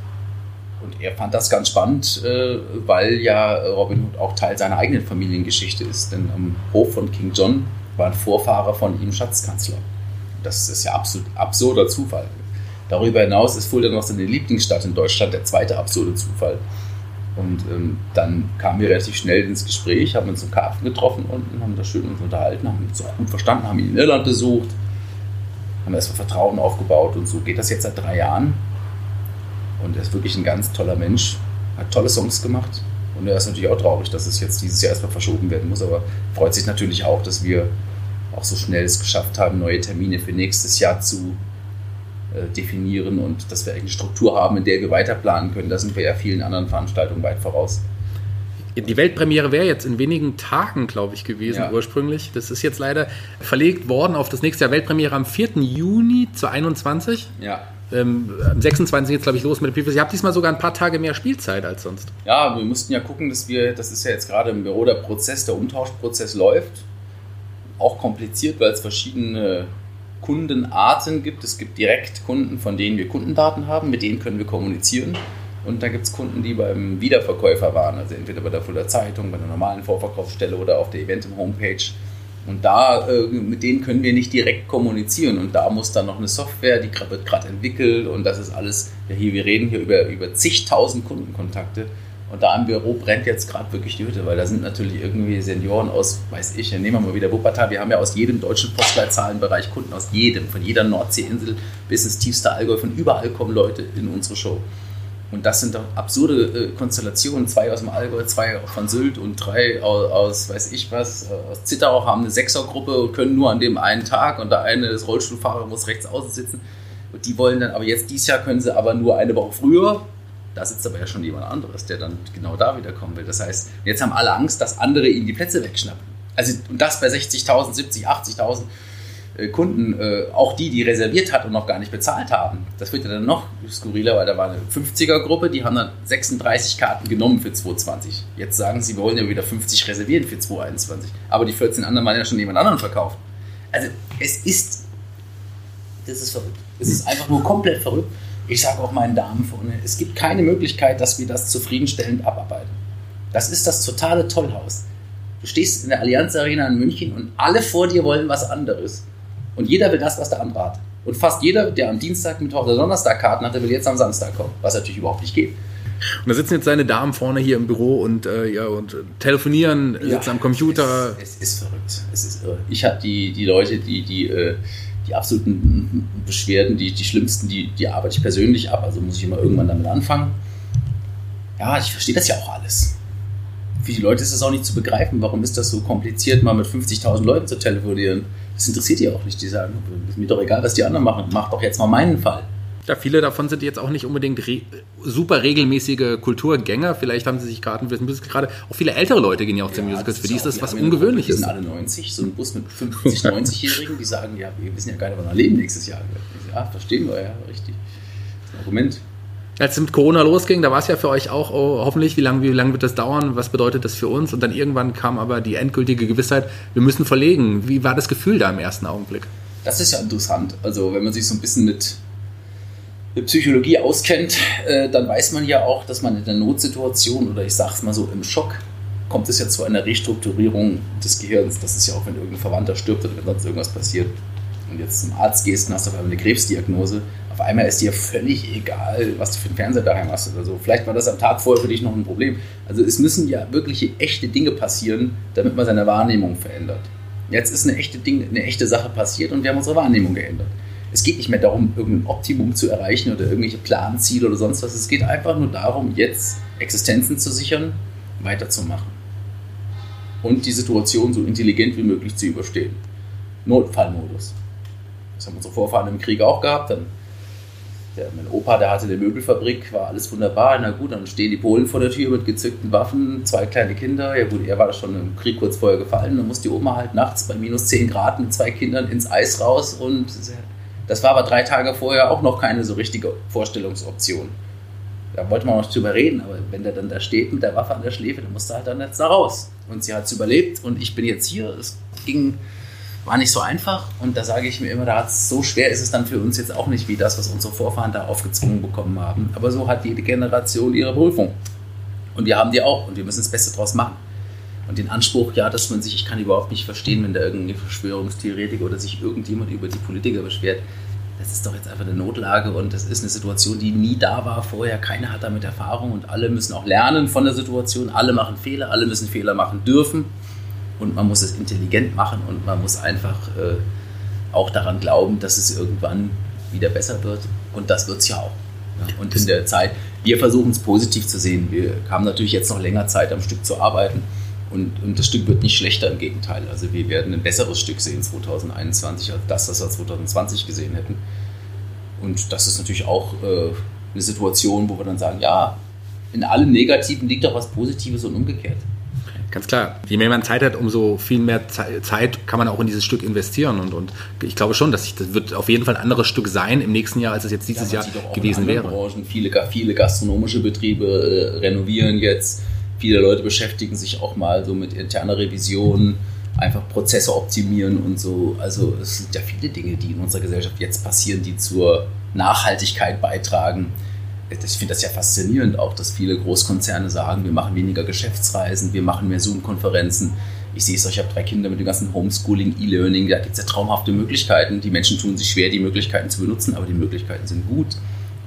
Und er fand das ganz spannend, weil ja Robin Hood auch Teil seiner eigenen Familiengeschichte ist. Denn am Hof von King John war ein Vorfahre von ihm Schatzkanzler. Das ist ja absolut absurder Zufall. Darüber hinaus ist Fulda noch seine Lieblingsstadt in Deutschland, der zweite absurde Zufall. Und dann kamen wir relativ schnell ins Gespräch, haben uns im Karpfen getroffen und haben da schön uns unterhalten, haben uns auch gut verstanden, haben ihn in Irland besucht, haben erstmal Vertrauen aufgebaut und so geht das jetzt seit 3 Jahren. Und er ist wirklich ein ganz toller Mensch, hat tolle Songs gemacht und er ist natürlich auch traurig, dass es jetzt dieses Jahr erstmal verschoben werden muss, aber freut sich natürlich auch, dass wir auch so schnell es geschafft haben, neue Termine für nächstes Jahr zu definieren und dass wir eine Struktur haben, in der wir weiter planen können. Da sind wir ja vielen anderen Veranstaltungen weit voraus. Die Weltpremiere wäre jetzt in wenigen Tagen, glaube ich, gewesen ursprünglich. Das ist jetzt leider verlegt worden auf das nächste Jahr. Weltpremiere am 4. Juni 2021. Ja. Am 26. jetzt, glaube ich, los mit der Previews. Ihr habt diesmal sogar ein paar Tage mehr Spielzeit als sonst. Ja, wir mussten ja gucken, das ist ja jetzt gerade im Büro der Umtauschprozess läuft. Auch kompliziert, weil es verschiedene Kundenarten gibt. Es gibt Direktkunden, von denen wir Kundendaten haben, mit denen können wir kommunizieren. Und dann gibt es Kunden, die beim Wiederverkäufer waren, also entweder bei der Fulda Zeitung, bei einer normalen Vorverkaufsstelle oder auf der Eventim-Homepage. Und da, mit denen können wir nicht direkt kommunizieren. Und da muss dann noch eine Software, die wird gerade entwickelt und das ist alles, ja hier, wir reden hier über zigtausend Kundenkontakte. Und da im Büro brennt jetzt gerade wirklich die Hütte, weil da sind natürlich irgendwie Senioren aus, weiß ich, nehmen wir mal wieder Wuppertal. Wir haben ja aus jedem deutschen Postleitzahlenbereich Kunden, aus jedem, von jeder Nordseeinsel bis ins tiefste Allgäu, von überall kommen Leute in unsere Show. Und das sind doch absurde Konstellationen. 2 aus dem Allgäu, 2 von Sylt und 3 aus weiß ich was, aus Zittau haben eine 6er-Gruppe und können nur an dem einen Tag und der eine ist Rollstuhlfahrer, muss rechts außen sitzen. Und die wollen dann, aber jetzt dieses Jahr können sie aber nur eine Woche früher. Da sitzt aber ja schon jemand anderes, der dann genau da wieder kommen will. Das heißt, jetzt haben alle Angst, dass andere ihnen die Plätze wegschnappen. Also, und das bei 60.000, 70.000, 80.000 Kunden, auch die reserviert hat und noch gar nicht bezahlt haben. Das wird ja dann noch skurriler, weil da war eine 50er-Gruppe, die haben dann 36 Karten genommen für 2020. Jetzt sagen sie, wir wollen ja wieder 50 reservieren für 2021. Aber die 14 anderen waren ja schon jemand anderen verkauft. Also, das ist verrückt. Es ist einfach nur komplett verrückt. Ich sage auch meinen Damen vorne, es gibt keine Möglichkeit, dass wir das zufriedenstellend abarbeiten. Das ist das totale Tollhaus. Du stehst in der Allianz Arena in München und alle vor dir wollen was anderes. Und jeder will das, was der andere hat. Und fast jeder, der am Dienstag, Mittwoch oder Donnerstag Karten hatte, will jetzt am Samstag kommen. Was natürlich überhaupt nicht geht. Und da sitzen jetzt seine Damen vorne hier im Büro und telefonieren, sitzen am Computer. Es ist verrückt. Es ist irre. Ich habe die Leute, die absoluten Beschwerden, die schlimmsten, die arbeite ich persönlich ab. Also muss ich immer irgendwann damit anfangen. Ja, ich verstehe das ja auch alles. Für die Leute ist es auch nicht zu begreifen. Warum ist das so kompliziert, mal mit 50.000 Leuten zu telefonieren? Das interessiert die auch nicht. Die sagen, ist mir doch egal, was die anderen machen. Mach doch jetzt mal meinen Fall. Ja, viele davon sind jetzt auch nicht unbedingt super regelmäßige Kulturgänger. Vielleicht haben sie sich Karten für das Musical. Gerade auch viele ältere Leute gehen ja auch zu Musicals. Für die ist das was Ungewöhnliches. Die sind alle 90, so ein Bus mit 50, 90-Jährigen, die sagen, ja, wir wissen ja gar nicht, wann wir leben nächstes Jahr. Ja, verstehen wir, ja, richtig. Das ist ein Argument. Als es mit Corona losging, da war es ja für euch auch, hoffentlich, wie lange wird das dauern, was bedeutet das für uns? Und dann irgendwann kam aber die endgültige Gewissheit, wir müssen verlegen. Wie war das Gefühl da im ersten Augenblick? Das ist ja interessant. Also wenn man sich so ein bisschen mit Psychologie auskennt, dann weiß man ja auch, dass man in der Notsituation oder ich sag's mal so im Schock, kommt es ja zu einer Restrukturierung des Gehirns. Das ist ja auch, wenn irgendein Verwandter stirbt oder wenn sonst irgendwas passiert und jetzt zum Arzt gehst und hast auf einmal eine Krebsdiagnose, auf einmal ist dir völlig egal, was du für einen Fernseher daheim hast oder so. Vielleicht war das am Tag vorher für dich noch ein Problem. Also es müssen ja wirkliche echte Dinge passieren, damit man seine Wahrnehmung verändert. Jetzt ist eine echte Sache passiert und wir haben unsere Wahrnehmung geändert. Es geht nicht mehr darum, irgendein Optimum zu erreichen oder irgendwelche Planziele oder sonst was. Es geht einfach nur darum, jetzt Existenzen zu sichern, weiterzumachen und die Situation so intelligent wie möglich zu überstehen. Notfallmodus. Das haben unsere Vorfahren im Krieg auch gehabt. Mein Opa, der hatte eine Möbelfabrik, war alles wunderbar. Na gut, dann stehen die Polen vor der Tür mit gezückten Waffen, 2 kleine Kinder. Ja gut, er war schon im Krieg kurz vorher gefallen. Dann musste die Oma halt nachts bei minus 10 Grad mit 2 Kindern ins Eis raus. Und das war aber 3 Tage vorher auch noch keine so richtige Vorstellungsoption. Da wollte man noch drüber reden, aber wenn der dann da steht mit der Waffe an der Schläfe, dann musste er halt dann jetzt da raus. Und sie hat es überlebt und ich bin jetzt hier. Es war nicht so einfach und da sage ich mir immer, so schwer ist es dann für uns jetzt auch nicht wie das, was unsere Vorfahren da aufgezwungen bekommen haben. Aber so hat jede Generation ihre Prüfung. Und wir haben die auch und wir müssen das Beste draus machen. Und den Anspruch, ja, dass man sich, ich kann überhaupt nicht verstehen, wenn da irgendeine Verschwörungstheoretiker oder sich irgendjemand über die Politiker beschwert, das ist doch jetzt einfach eine Notlage und das ist eine Situation, die nie da war vorher. Keiner hat damit Erfahrung und alle müssen auch lernen von der Situation. Alle machen Fehler, alle müssen Fehler machen dürfen. Und man muss es intelligent machen und man muss einfach auch daran glauben, dass es irgendwann wieder besser wird. Und das wird es ja auch. Ja. Und in der Zeit, wir versuchen es positiv zu sehen. Wir haben natürlich jetzt noch länger Zeit, am Stück zu arbeiten. Und das Stück wird nicht schlechter, im Gegenteil. Also wir werden ein besseres Stück sehen 2021 als das, was wir 2020 gesehen hätten. Und das ist natürlich auch eine Situation, wo wir dann sagen, ja, in allem Negativen liegt auch was Positives und umgekehrt. Ganz klar. Je mehr man Zeit hat, umso viel mehr Zeit kann man auch in dieses Stück investieren. Und ich glaube schon, das wird auf jeden Fall ein anderes Stück sein im nächsten Jahr, als es jetzt dieses Jahr gewesen wäre. Branchen, viele gastronomische Betriebe renovieren jetzt. Viele Leute beschäftigen sich auch mal so mit interner Revision, einfach Prozesse optimieren und so. Also es sind ja viele Dinge, die in unserer Gesellschaft jetzt passieren, die zur Nachhaltigkeit beitragen. Ich finde das ja faszinierend auch, dass viele Großkonzerne sagen, wir machen weniger Geschäftsreisen, wir machen mehr Zoom-Konferenzen. Ich sehe es euch, ich habe 3 Kinder mit dem ganzen Homeschooling, E-Learning, da gibt es ja traumhafte Möglichkeiten. Die Menschen tun sich schwer, die Möglichkeiten zu benutzen, aber die Möglichkeiten sind gut.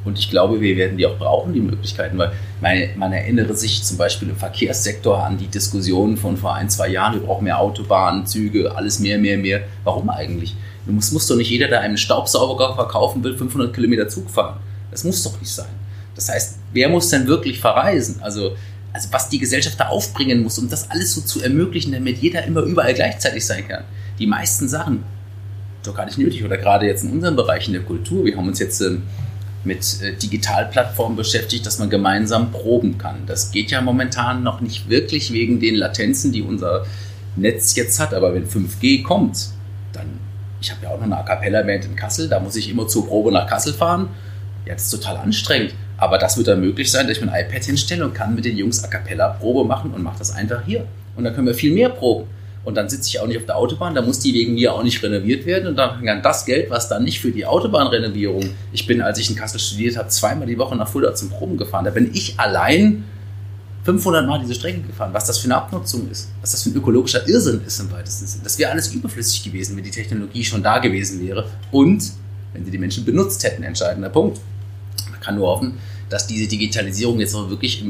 Und ich glaube, wir werden die auch brauchen, die Möglichkeiten, weil man erinnere sich zum Beispiel im Verkehrssektor an die Diskussionen von vor 1-2 Jahren, wir brauchen mehr Autobahnen, Züge, alles mehr. Warum eigentlich? Muss doch nicht jeder, der einen Staubsauger verkaufen will, 500 Kilometer Zug fahren. Das muss doch nicht sein. Das heißt, wer muss denn wirklich verreisen? Also was die Gesellschaft da aufbringen muss, um das alles so zu ermöglichen, damit jeder immer überall gleichzeitig sein kann. Die meisten Sachen doch gar nicht nötig. Oder gerade jetzt in unserem Bereich in der Kultur. Wir haben uns jetzt mit Digitalplattformen beschäftigt, dass man gemeinsam proben kann. Das geht ja momentan noch nicht wirklich wegen den Latenzen, die unser Netz jetzt hat. Aber wenn 5G kommt, dann, ich habe ja auch noch eine A-Cappella-Band in Kassel, da muss ich immer zur Probe nach Kassel fahren. Ja, das ist total anstrengend. Aber das wird dann möglich sein, dass ich mein iPad hinstelle und kann mit den Jungs A-Cappella-Probe machen und mache das einfach hier. Und dann können wir viel mehr proben. Und dann sitze ich auch nicht auf der Autobahn, da muss die wegen mir auch nicht renoviert werden. Und dann kann das Geld, was dann nicht für die Autobahnrenovierung, als ich in Kassel studiert habe, 2-mal die Woche nach Fulda zum Proben gefahren. Da bin ich allein 500 Mal diese Strecke gefahren. Was das für eine Abnutzung ist, was das für ein ökologischer Irrsinn ist im weitesten Sinne. Das wäre alles überflüssig gewesen, wenn die Technologie schon da gewesen wäre. Und wenn sie die Menschen benutzt hätten, entscheidender Punkt. Man kann nur hoffen, dass diese Digitalisierung jetzt auch wirklich in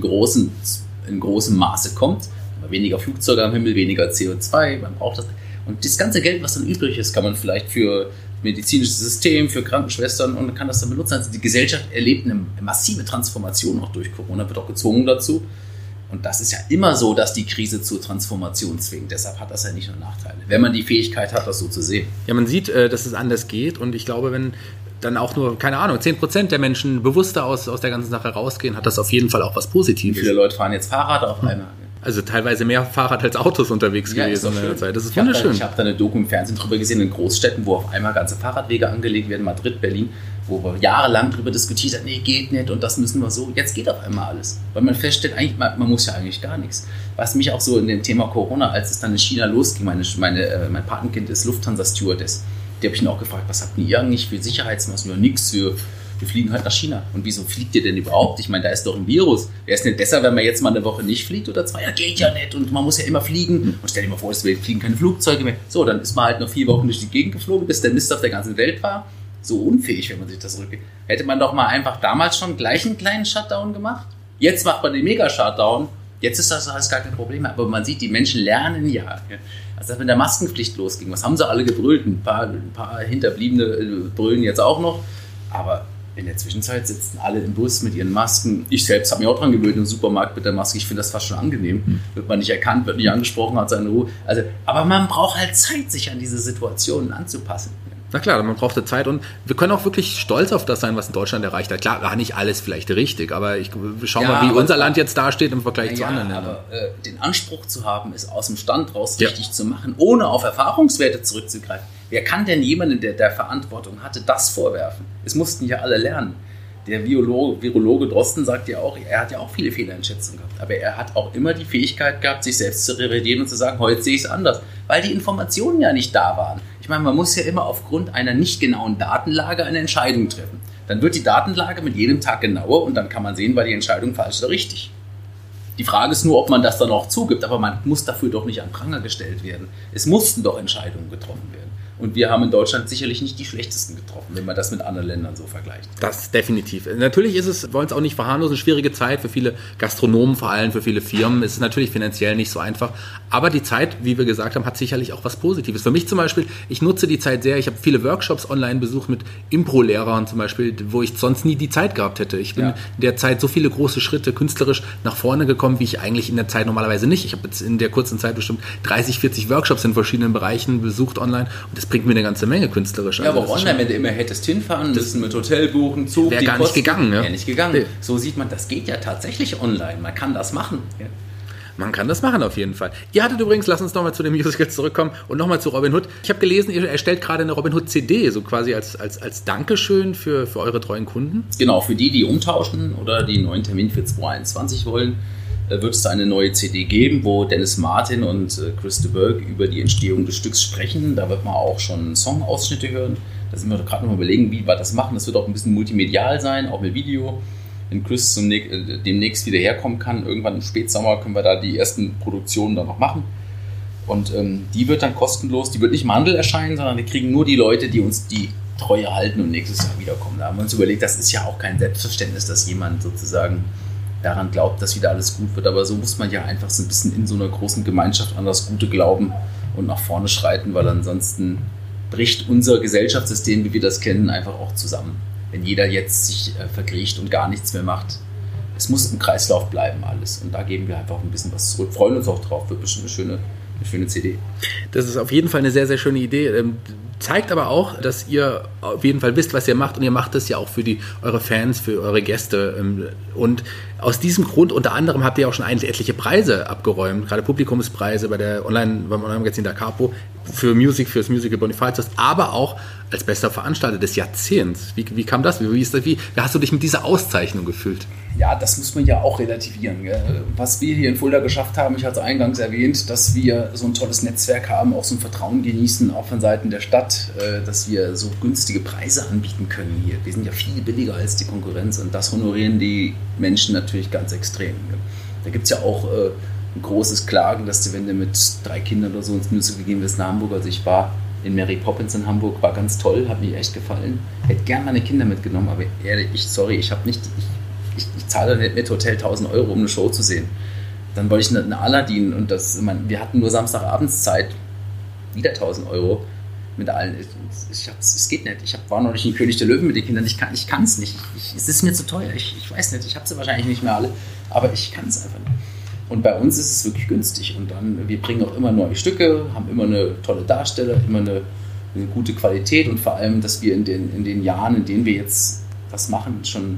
großem Maße kommt. Weniger Flugzeuge am Himmel, weniger CO2, man braucht das. Und das ganze Geld, was dann übrig ist, kann man vielleicht für medizinisches System, für Krankenschwestern und kann das dann benutzen. Also die Gesellschaft erlebt eine massive Transformation auch durch Corona, wird auch gezwungen dazu. Und das ist ja immer so, dass die Krise zur Transformation zwingt. Deshalb hat das ja nicht nur Nachteile, wenn man die Fähigkeit hat, das so zu sehen. Ja, man sieht, dass es anders geht und ich glaube, wenn dann auch nur, 10% der Menschen bewusster aus der ganzen Sache rausgehen, hat das auf jeden Fall auch was Positives. Wie viele Leute fahren jetzt Fahrrad auf einmal? Also teilweise mehr Fahrrad als Autos unterwegs gewesen in der Zeit. Das ist wunderschön. Ich habe da eine Doku im Fernsehen drüber gesehen, in Großstädten, wo auf einmal ganze Fahrradwege angelegt werden, Madrid, Berlin, wo wir jahrelang drüber diskutiert haben, nee, geht nicht und das müssen wir so. Jetzt geht auf einmal alles. Weil man feststellt, eigentlich, man muss ja eigentlich gar nichts. Was mich auch so in dem Thema Corona, als es dann in China losging, mein Patenkind ist Lufthansa-Stewardess. Die habe ich ihn auch gefragt, was habt ihr eigentlich für Sicherheitsmaßnahmen? Ja, nichts, wir fliegen halt nach China. Und wieso fliegt ihr denn überhaupt? Ich meine, da ist doch ein Virus. Wäre es nicht besser, wenn man jetzt mal eine Woche nicht fliegt oder 2? Ja, geht ja nicht. Und man muss ja immer fliegen. Und stell dir mal vor, es fliegen keine Flugzeuge mehr. So, dann ist man halt noch 4 Wochen durch die Gegend geflogen, bis der Mist auf der ganzen Welt war. So unfähig, wenn man sich das rückgeht. Hätte man doch mal einfach damals schon gleich einen kleinen Shutdown gemacht. Jetzt macht man den Mega-Shutdown. Jetzt ist das alles gar kein Problem mehr. Aber man sieht, die Menschen lernen ja. Als das mit der Maskenpflicht losging, was haben sie alle gebrüllt? Ein paar Hinterbliebene brüllen jetzt auch noch. Aber in der Zwischenzeit sitzen alle im Bus mit ihren Masken. Ich selbst habe mich auch dran gewöhnt im Supermarkt mit der Maske. Ich finde das fast schon angenehm. Wird man nicht erkannt, wird nicht angesprochen, hat seine Ruhe. Also, aber man braucht halt Zeit, sich an diese Situationen anzupassen. Na klar, man braucht Zeit und wir können auch wirklich stolz auf das sein, was in Deutschland erreicht hat. Klar, war nicht alles vielleicht richtig, aber schau mal, wie unser Land jetzt dasteht im Vergleich zu anderen Ländern. Aber den Anspruch zu haben, es aus dem Stand raus richtig zu machen, ohne auf Erfahrungswerte zurückzugreifen. Wer kann denn jemandem, der Verantwortung hatte, das vorwerfen? Es mussten ja alle lernen. Der Virologe Drosten sagt ja auch, er hat ja auch viele Fehleinschätzungen gehabt, aber er hat auch immer die Fähigkeit gehabt, sich selbst zu revidieren und zu sagen, heute sehe ich es anders, weil die Informationen ja nicht da waren. Ich meine, man muss ja immer aufgrund einer nicht genauen Datenlage eine Entscheidung treffen. Dann wird die Datenlage mit jedem Tag genauer und dann kann man sehen, war die Entscheidung falsch oder richtig. Die Frage ist nur, ob man das dann auch zugibt, aber man muss dafür doch nicht an Pranger gestellt werden. Es mussten doch Entscheidungen getroffen werden. Und wir haben in Deutschland sicherlich nicht die schlechtesten getroffen, wenn man das mit anderen Ländern so vergleicht. Das definitiv. Natürlich ist es, wollen es auch nicht verharmlosen, eine schwierige Zeit für viele Gastronomen, vor allem für viele Firmen. Es ist natürlich finanziell nicht so einfach. Aber die Zeit, wie wir gesagt haben, hat sicherlich auch was Positives. Für mich zum Beispiel, ich nutze die Zeit sehr. Ich habe viele Workshops online besucht mit Impro-Lehrern zum Beispiel, wo ich sonst nie die Zeit gehabt hätte. Ich bin in der Zeit so viele große Schritte künstlerisch nach vorne gekommen, wie ich eigentlich in der Zeit normalerweise nicht. Ich habe jetzt in der kurzen Zeit bestimmt 30, 40 Workshops in verschiedenen Bereichen besucht online und das bringt mir eine ganze Menge künstlerisch. Ja, aber online, wenn du immer hättest hinfahren müssen, mit Hotel buchen, Zug, wäre gar nicht gegangen. Wäre nicht gegangen. Nee. So sieht man, das geht ja tatsächlich online. Man kann das machen. Ja. Man kann das machen auf jeden Fall. Ihr hattet übrigens, lass uns nochmal zu dem Musical zurückkommen und nochmal zu Robin Hood. Ich habe gelesen, ihr erstellt gerade eine Robin Hood CD, so quasi als Dankeschön für eure treuen Kunden. Genau, für die umtauschen oder die einen neuen Termin für 2021 wollen, wird es da eine neue CD geben, wo Dennis Martin und Chris de Burgh über die Entstehung des Stücks sprechen. Da wird man auch schon Songausschnitte hören. Da sind wir gerade noch mal überlegen, wie wir das machen. Das wird auch ein bisschen multimedial sein, auch mit Video. Wenn Chris demnächst wieder herkommen kann, irgendwann im Spätsommer, können wir da die ersten Produktionen dann noch machen. Und die wird dann kostenlos, die wird nicht im Handel erscheinen, sondern die kriegen nur die Leute, die uns die Treue halten und nächstes Jahr wiederkommen. Da haben wir uns überlegt, das ist ja auch kein Selbstverständnis, dass jemand sozusagen daran glaubt, dass wieder alles gut wird. Aber so muss man ja einfach so ein bisschen in so einer großen Gemeinschaft an das Gute glauben und nach vorne schreiten, weil ansonsten bricht unser Gesellschaftssystem, wie wir das kennen, einfach auch zusammen. Wenn jeder jetzt sich verkriecht und gar nichts mehr macht. Es muss im Kreislauf bleiben alles. Und da geben wir einfach ein bisschen was zurück. Freuen uns auch drauf. Wird bestimmt eine schöne CD. Das ist auf jeden Fall eine sehr, sehr schöne Idee. Zeigt aber auch, dass ihr auf jeden Fall wisst, was ihr macht, und ihr macht das ja auch für eure Fans, für eure Gäste. Und aus diesem Grund unter anderem habt ihr auch schon etliche Preise abgeräumt, gerade Publikumspreise beim Online-Magazin Da Capo fürs Musical Bonifatius, aber auch als bester Veranstalter des Jahrzehnts. Wie kam das? Wie hast du dich mit dieser Auszeichnung gefühlt? Ja, das muss man ja auch relativieren. Gell? Was wir hier in Fulda geschafft haben, ich hatte es eingangs erwähnt, dass wir so ein tolles Netzwerk haben, auch so ein Vertrauen genießen, auch von Seiten der Stadt, dass wir so günstige Preise anbieten können hier. Wir sind ja viel billiger als die Konkurrenz, und das honorieren die Menschen natürlich ganz extrem. Gell? Da gibt es ja auch ein großes Klagen, dass du, wenn du mit 3 Kindern oder so ins Musical gehen willst nach Hamburg, also ich war in Mary Poppins in Hamburg, war ganz toll, hat mir echt gefallen. Hätte gern meine Kinder mitgenommen, aber ehrlich, ich zahle nicht mit Hotel 1.000 €, um eine Show zu sehen. Dann wollte ich eine Aladdin, und wir hatten nur Samstagabends Zeit, wieder 1.000 € mit allen. Es geht nicht. Ich war noch nicht in König der Löwen mit den Kindern. Ich kann es nicht. Es ist mir zu teuer. Ich weiß nicht. Ich habe sie wahrscheinlich nicht mehr alle, aber ich kann es einfach nicht. Und bei uns ist es wirklich günstig. Und dann, wir bringen auch immer neue Stücke, haben immer eine tolle Darsteller, immer eine gute Qualität, und vor allem, dass wir in den Jahren, in denen wir jetzt das machen, schon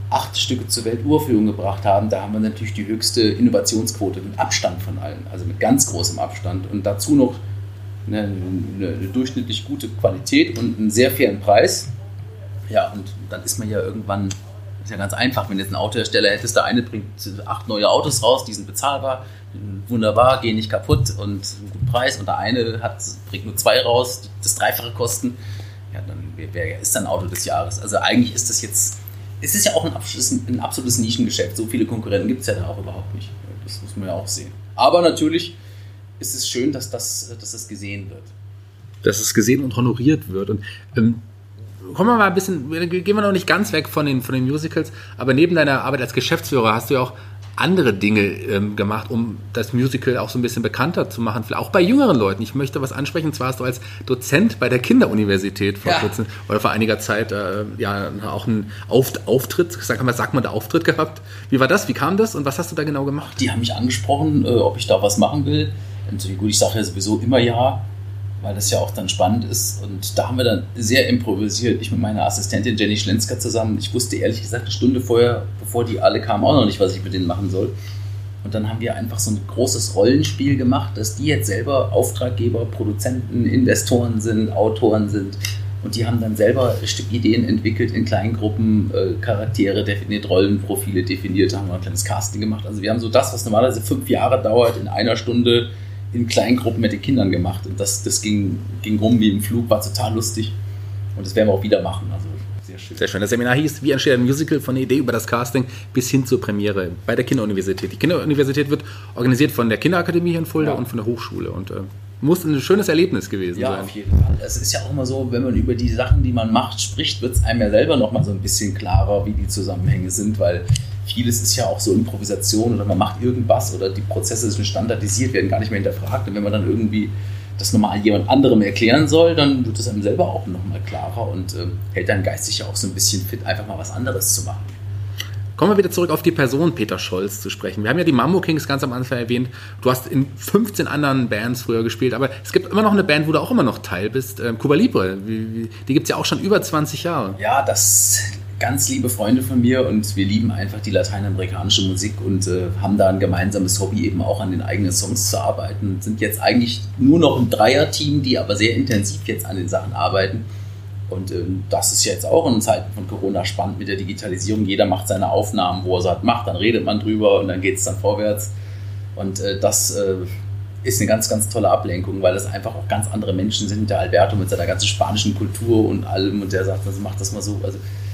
8 Stücke zur Welturaufführung gebracht haben. Da haben wir natürlich die höchste Innovationsquote mit Abstand von allen, also mit ganz großem Abstand. Und dazu noch eine durchschnittlich gute Qualität und einen sehr fairen Preis. Ja, und dann ist man ja irgendwann, ist ja ganz einfach, wenn jetzt ein Autohersteller hättest, der eine bringt 8 neue Autos raus, die sind bezahlbar, wunderbar, gehen nicht kaputt und einen guten Preis, und der eine bringt nur 2 raus, die das Dreifache kosten. Ja, dann ist dann Auto des Jahres. Also eigentlich ist das jetzt, es ist ja auch ein absolutes Nischengeschäft. So viele Konkurrenten gibt es ja da auch überhaupt nicht. Das muss man ja auch sehen. Aber natürlich ist es schön, dass das gesehen wird. Dass es gesehen und honoriert wird. Und kommen wir mal ein bisschen, gehen wir noch nicht ganz weg von den Musicals, aber neben deiner Arbeit als Geschäftsführer hast du ja auch andere Dinge gemacht, um das Musical auch so ein bisschen bekannter zu machen, vielleicht auch bei jüngeren Leuten. Ich möchte was ansprechen, zwar hast du als Dozent bei der Kinderuniversität vor kurzem oder vor einiger Zeit auch einen Auftritt, sagt man da Auftritt gehabt. Wie war das? Wie kam das und was hast du da genau gemacht? Die haben mich angesprochen, ob ich da was machen will. Und gut, ich sage ja sowieso immer ja, weil das ja auch dann spannend ist. Und da haben wir dann sehr improvisiert, ich mit meiner Assistentin Jenny Schlensker zusammen. Ich wusste ehrlich gesagt eine Stunde vorher, bevor die alle kamen, auch noch nicht, was ich mit denen machen soll. Und dann haben wir einfach so ein großes Rollenspiel gemacht, dass die jetzt selber Auftraggeber, Produzenten, Investoren sind, Autoren sind. Und die haben dann selber Stückideen entwickelt in kleinen Gruppen, Charaktere definiert, Rollenprofile definiert, haben wir ein kleines Casting gemacht. Also wir haben so das, was normalerweise 5 Jahre dauert, in einer Stunde in kleinen Gruppen mit den Kindern gemacht. Und das ging rum wie im Flug, war total lustig. Und das werden wir auch wieder machen. Also sehr schön. Sehr schön. Das Seminar hieß, wie entsteht ein Musical, von der Idee über das Casting bis hin zur Premiere bei der Kinderuniversität. Die Kinderuniversität wird organisiert von der Kinderakademie hier in Fulda und von der Hochschule. Und muss ein schönes Erlebnis gewesen sein. Ja, auf jeden Fall. Es ist ja auch immer so, wenn man über die Sachen, die man macht, spricht, wird es einem ja selber noch mal so ein bisschen klarer, wie die Zusammenhänge sind, weil vieles ist ja auch so Improvisation oder man macht irgendwas oder die Prozesse sind standardisiert, werden gar nicht mehr hinterfragt. Und wenn man dann irgendwie das nochmal jemand anderem erklären soll, dann wird es einem selber auch nochmal klarer und hält einen geistig ja auch so ein bisschen fit, einfach mal was anderes zu machen. Kommen wir wieder zurück auf die Person Peter Scholz zu sprechen. Wir haben ja die Mambo Kings ganz am Anfang erwähnt. Du hast in 15 anderen Bands früher gespielt, aber es gibt immer noch eine Band, wo du auch immer noch Teil bist. Cuba Libre, die gibt es ja auch schon über 20 Jahre. Ja, das ganz liebe Freunde von mir und wir lieben einfach die lateinamerikanische Musik und haben da ein gemeinsames Hobby, eben auch an den eigenen Songs zu arbeiten. Sind jetzt eigentlich nur noch ein Dreier-Team, die aber sehr intensiv jetzt an den Sachen arbeiten. Und das ist jetzt auch in Zeiten von Corona spannend mit der Digitalisierung. Jeder macht seine Aufnahmen, wo er es halt macht, dann redet man drüber und dann geht es dann vorwärts. Und das ist eine ganz, ganz tolle Ablenkung, weil das einfach auch ganz andere Menschen sind. Der Alberto mit seiner ganzen spanischen Kultur und allem und der sagt, also mach das mal so. Also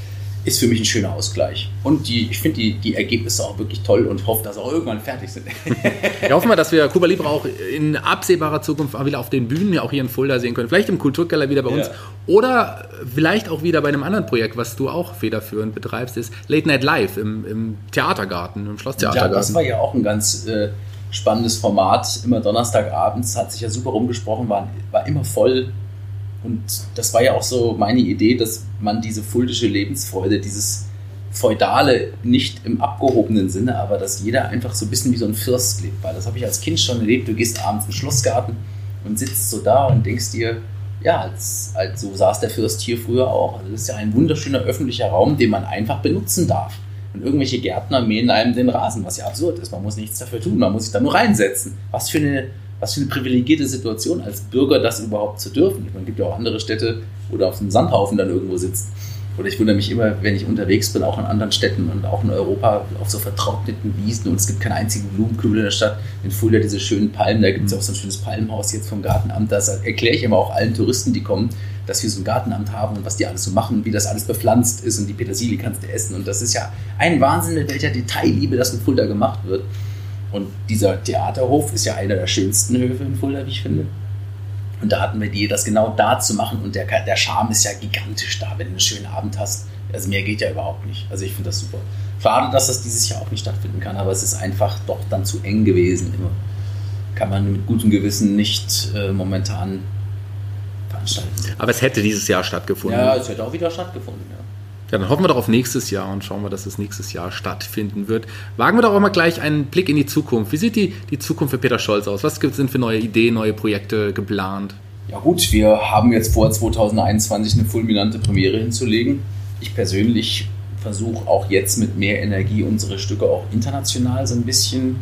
ist für mich ein schöner Ausgleich. Und ich finde die Ergebnisse auch wirklich toll und hoffe, dass sie auch irgendwann fertig sind. Ja, hoffen wir, dass wir Cuba Libre auch in absehbarer Zukunft auch wieder auf den Bühnen, ja auch hier in Fulda sehen können. Vielleicht im Kulturkeller wieder bei uns. Oder vielleicht auch wieder bei einem anderen Projekt, was du auch federführend betreibst, ist Late Night Live im Theatergarten, im Schlosstheatergarten. Ja, das war ja auch ein ganz spannendes Format. Immer Donnerstagabends, hat sich ja super rumgesprochen, war immer voll. Und das war ja auch so meine Idee, dass man diese fuldische Lebensfreude, dieses Feudale, nicht im abgehobenen Sinne, aber dass jeder einfach so ein bisschen wie so ein Fürst lebt. Weil das habe ich als Kind schon erlebt. Du gehst abends im Schlossgarten und sitzt so da und denkst dir, ja, so saß der Fürst hier früher auch. Also das ist ja ein wunderschöner öffentlicher Raum, den man einfach benutzen darf. Und irgendwelche Gärtner mähen einem den Rasen, was ja absurd ist. Man muss nichts dafür tun, man muss sich da nur reinsetzen. Was für eine privilegierte Situation als Bürger, das überhaupt zu dürfen. Man gibt ja auch andere Städte, wo du auf einem Sandhaufen dann irgendwo sitzt. Oder ich wundere mich immer, wenn ich unterwegs bin, auch in anderen Städten und auch in Europa, auf so vertrockneten Wiesen und es gibt keinen einzigen Blumenkübel in der Stadt. In Fulda diese schönen Palmen, da gibt es auch so ein schönes Palmenhaus jetzt vom Gartenamt. Das erkläre ich immer auch allen Touristen, die kommen, dass wir so ein Gartenamt haben und was die alles so machen und wie das alles bepflanzt ist und die Petersilie kannst du essen. Und das ist ja ein Wahnsinn, mit welcher Detailliebe das in Fulda gemacht wird. Und dieser Theaterhof ist ja einer der schönsten Höfe in Fulda, wie ich finde. Und da hatten wir die, das genau da zu machen. Und der Charme ist ja gigantisch da, wenn du einen schönen Abend hast. Also mehr geht ja überhaupt nicht. Also ich finde das super. Schade, dass das dieses Jahr auch nicht stattfinden kann, aber es ist einfach doch dann zu eng gewesen. Immer kann man mit gutem Gewissen nicht momentan veranstalten. Aber es hätte dieses Jahr stattgefunden. Ja, es hätte auch wieder stattgefunden, ja. Ja, dann hoffen wir doch auf nächstes Jahr und schauen wir, dass es nächstes Jahr stattfinden wird. Wagen wir doch auch mal gleich einen Blick in die Zukunft. Wie sieht die Zukunft für Peter Scholz aus? Was sind für neue Ideen, neue Projekte geplant? Ja gut, wir haben jetzt vor, 2021 eine fulminante Premiere hinzulegen. Ich persönlich versuche auch jetzt mit mehr Energie unsere Stücke auch international so ein bisschen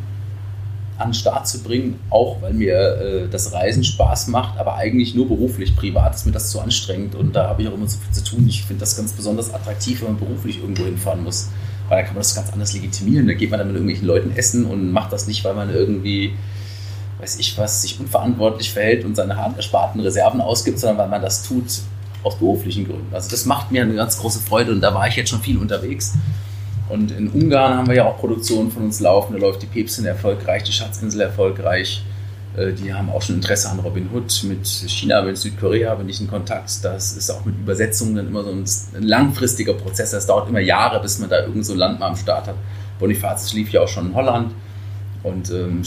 an den Start zu bringen, auch weil mir das Reisen Spaß macht, aber eigentlich nur beruflich. Privat ist mir das zu anstrengend und da habe ich auch immer so viel zu tun. Ich finde das ganz besonders attraktiv, wenn man beruflich irgendwo hinfahren muss, weil da kann man das ganz anders legitimieren. Da geht man dann mit irgendwelchen Leuten essen und macht das nicht, weil man irgendwie, weiß ich was, sich unverantwortlich verhält und seine hart ersparten Reserven ausgibt, sondern weil man das tut aus beruflichen Gründen. Also das macht mir eine ganz große Freude und da war ich jetzt schon viel unterwegs. Und in Ungarn haben wir ja auch Produktionen von uns laufen. Da läuft die Päpstin erfolgreich, die Schatzinsel erfolgreich. Die haben auch schon Interesse an Robin Hood. Mit China, mit Südkorea bin ich in Kontakt. Das ist auch mit Übersetzungen dann immer so ein langfristiger Prozess. Das dauert immer Jahre, bis man da irgend so ein Land mal am Start hat. Bonifatius lief ja auch schon in Holland. Und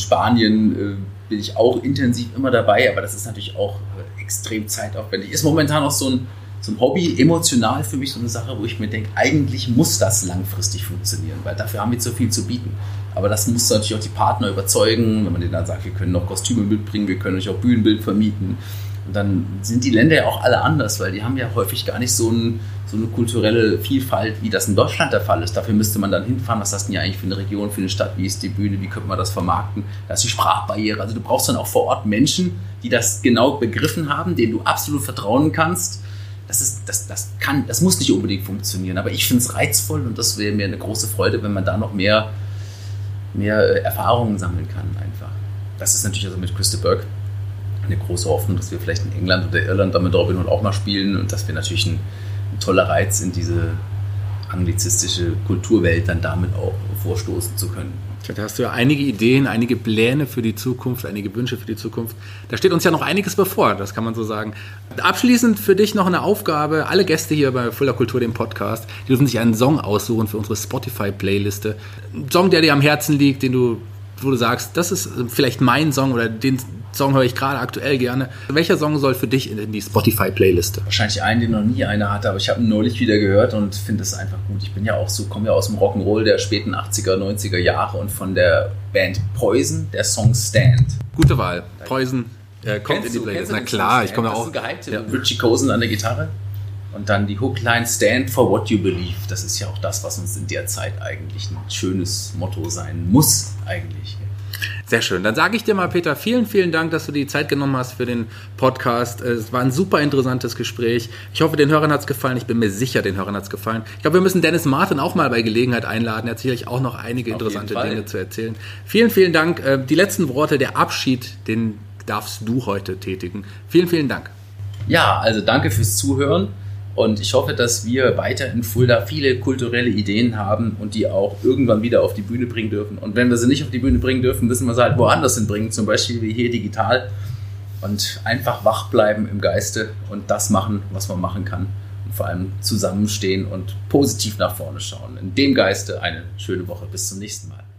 Spanien bin ich auch intensiv immer dabei. Aber das ist natürlich auch extrem zeitaufwendig. Ist momentan auch so ein Hobby, emotional für mich so eine Sache, wo ich mir denke, eigentlich muss das langfristig funktionieren, weil dafür haben wir so viel zu bieten. Aber das muss natürlich auch die Partner überzeugen, wenn man denen dann sagt, wir können noch Kostüme mitbringen, wir können euch auch Bühnenbild vermieten. Und dann sind die Länder ja auch alle anders, weil die haben ja häufig gar nicht so eine kulturelle Vielfalt, wie das in Deutschland der Fall ist. Dafür müsste man dann hinfahren, was hast du denn ja eigentlich für eine Region, für eine Stadt, wie ist die Bühne, wie könnte man das vermarkten? Da ist die Sprachbarriere. Also du brauchst dann auch vor Ort Menschen, die das genau begriffen haben, denen du absolut vertrauen kannst. Das muss nicht unbedingt funktionieren, aber ich finde es reizvoll und das wäre mir eine große Freude, wenn man da noch mehr Erfahrungen sammeln kann einfach. Das ist natürlich also mit Chris de Burgh eine große Hoffnung, dass wir vielleicht in England oder Irland damit Robin Hood auch mal spielen und dass wir natürlich ein toller Reiz in diese anglizistische Kulturwelt dann damit auch vorstoßen zu können. Da hast du ja einige Ideen, einige Pläne für die Zukunft, einige Wünsche für die Zukunft. Da steht uns ja noch einiges bevor, das kann man so sagen. Abschließend für dich noch eine Aufgabe. Alle Gäste hier bei Fulda Kultur, dem Podcast, die dürfen sich einen Song aussuchen für unsere Spotify-Playliste. Ein Song, der dir am Herzen liegt, wo du sagst, das ist vielleicht mein Song oder den Song höre ich gerade aktuell gerne. Welcher Song soll für dich in die Spotify-Playliste? Wahrscheinlich einen, den noch nie einer hatte, aber ich habe ihn neulich wieder gehört und finde es einfach gut. Ich bin ja auch komme ja aus dem Rock'n'Roll der späten 80er, 90er Jahre und von der Band Poison, der Song Stand. Gute Wahl. Poison kommt in die Playlist. Na klar, ich komme ja auch. Ja. Richie Kosen an der Gitarre und dann die Hookline Stand for what you believe. Das ist ja auch das, was uns in der Zeit eigentlich ein schönes Motto sein muss eigentlich. Sehr schön. Dann sage ich dir mal, Peter, vielen, vielen Dank, dass du die Zeit genommen hast für den Podcast. Es war ein super interessantes Gespräch. Ich hoffe, den Hörern hat es gefallen. Ich bin mir sicher, den Hörern hat es gefallen. Ich glaube, wir müssen Dennis Martin auch mal bei Gelegenheit einladen. Er hat sicherlich auch noch einige interessante Dinge zu erzählen. Vielen, vielen Dank. Die letzten Worte, der Abschied, den darfst du heute tätigen. Vielen, vielen Dank. Ja, also danke fürs Zuhören. Und ich hoffe, dass wir weiter in Fulda viele kulturelle Ideen haben und die auch irgendwann wieder auf die Bühne bringen dürfen. Und wenn wir sie nicht auf die Bühne bringen dürfen, müssen wir sie halt woanders hinbringen, zum Beispiel wie hier digital. Und einfach wach bleiben im Geiste und das machen, was man machen kann. Und vor allem zusammenstehen und positiv nach vorne schauen. In dem Geiste eine schöne Woche. Bis zum nächsten Mal.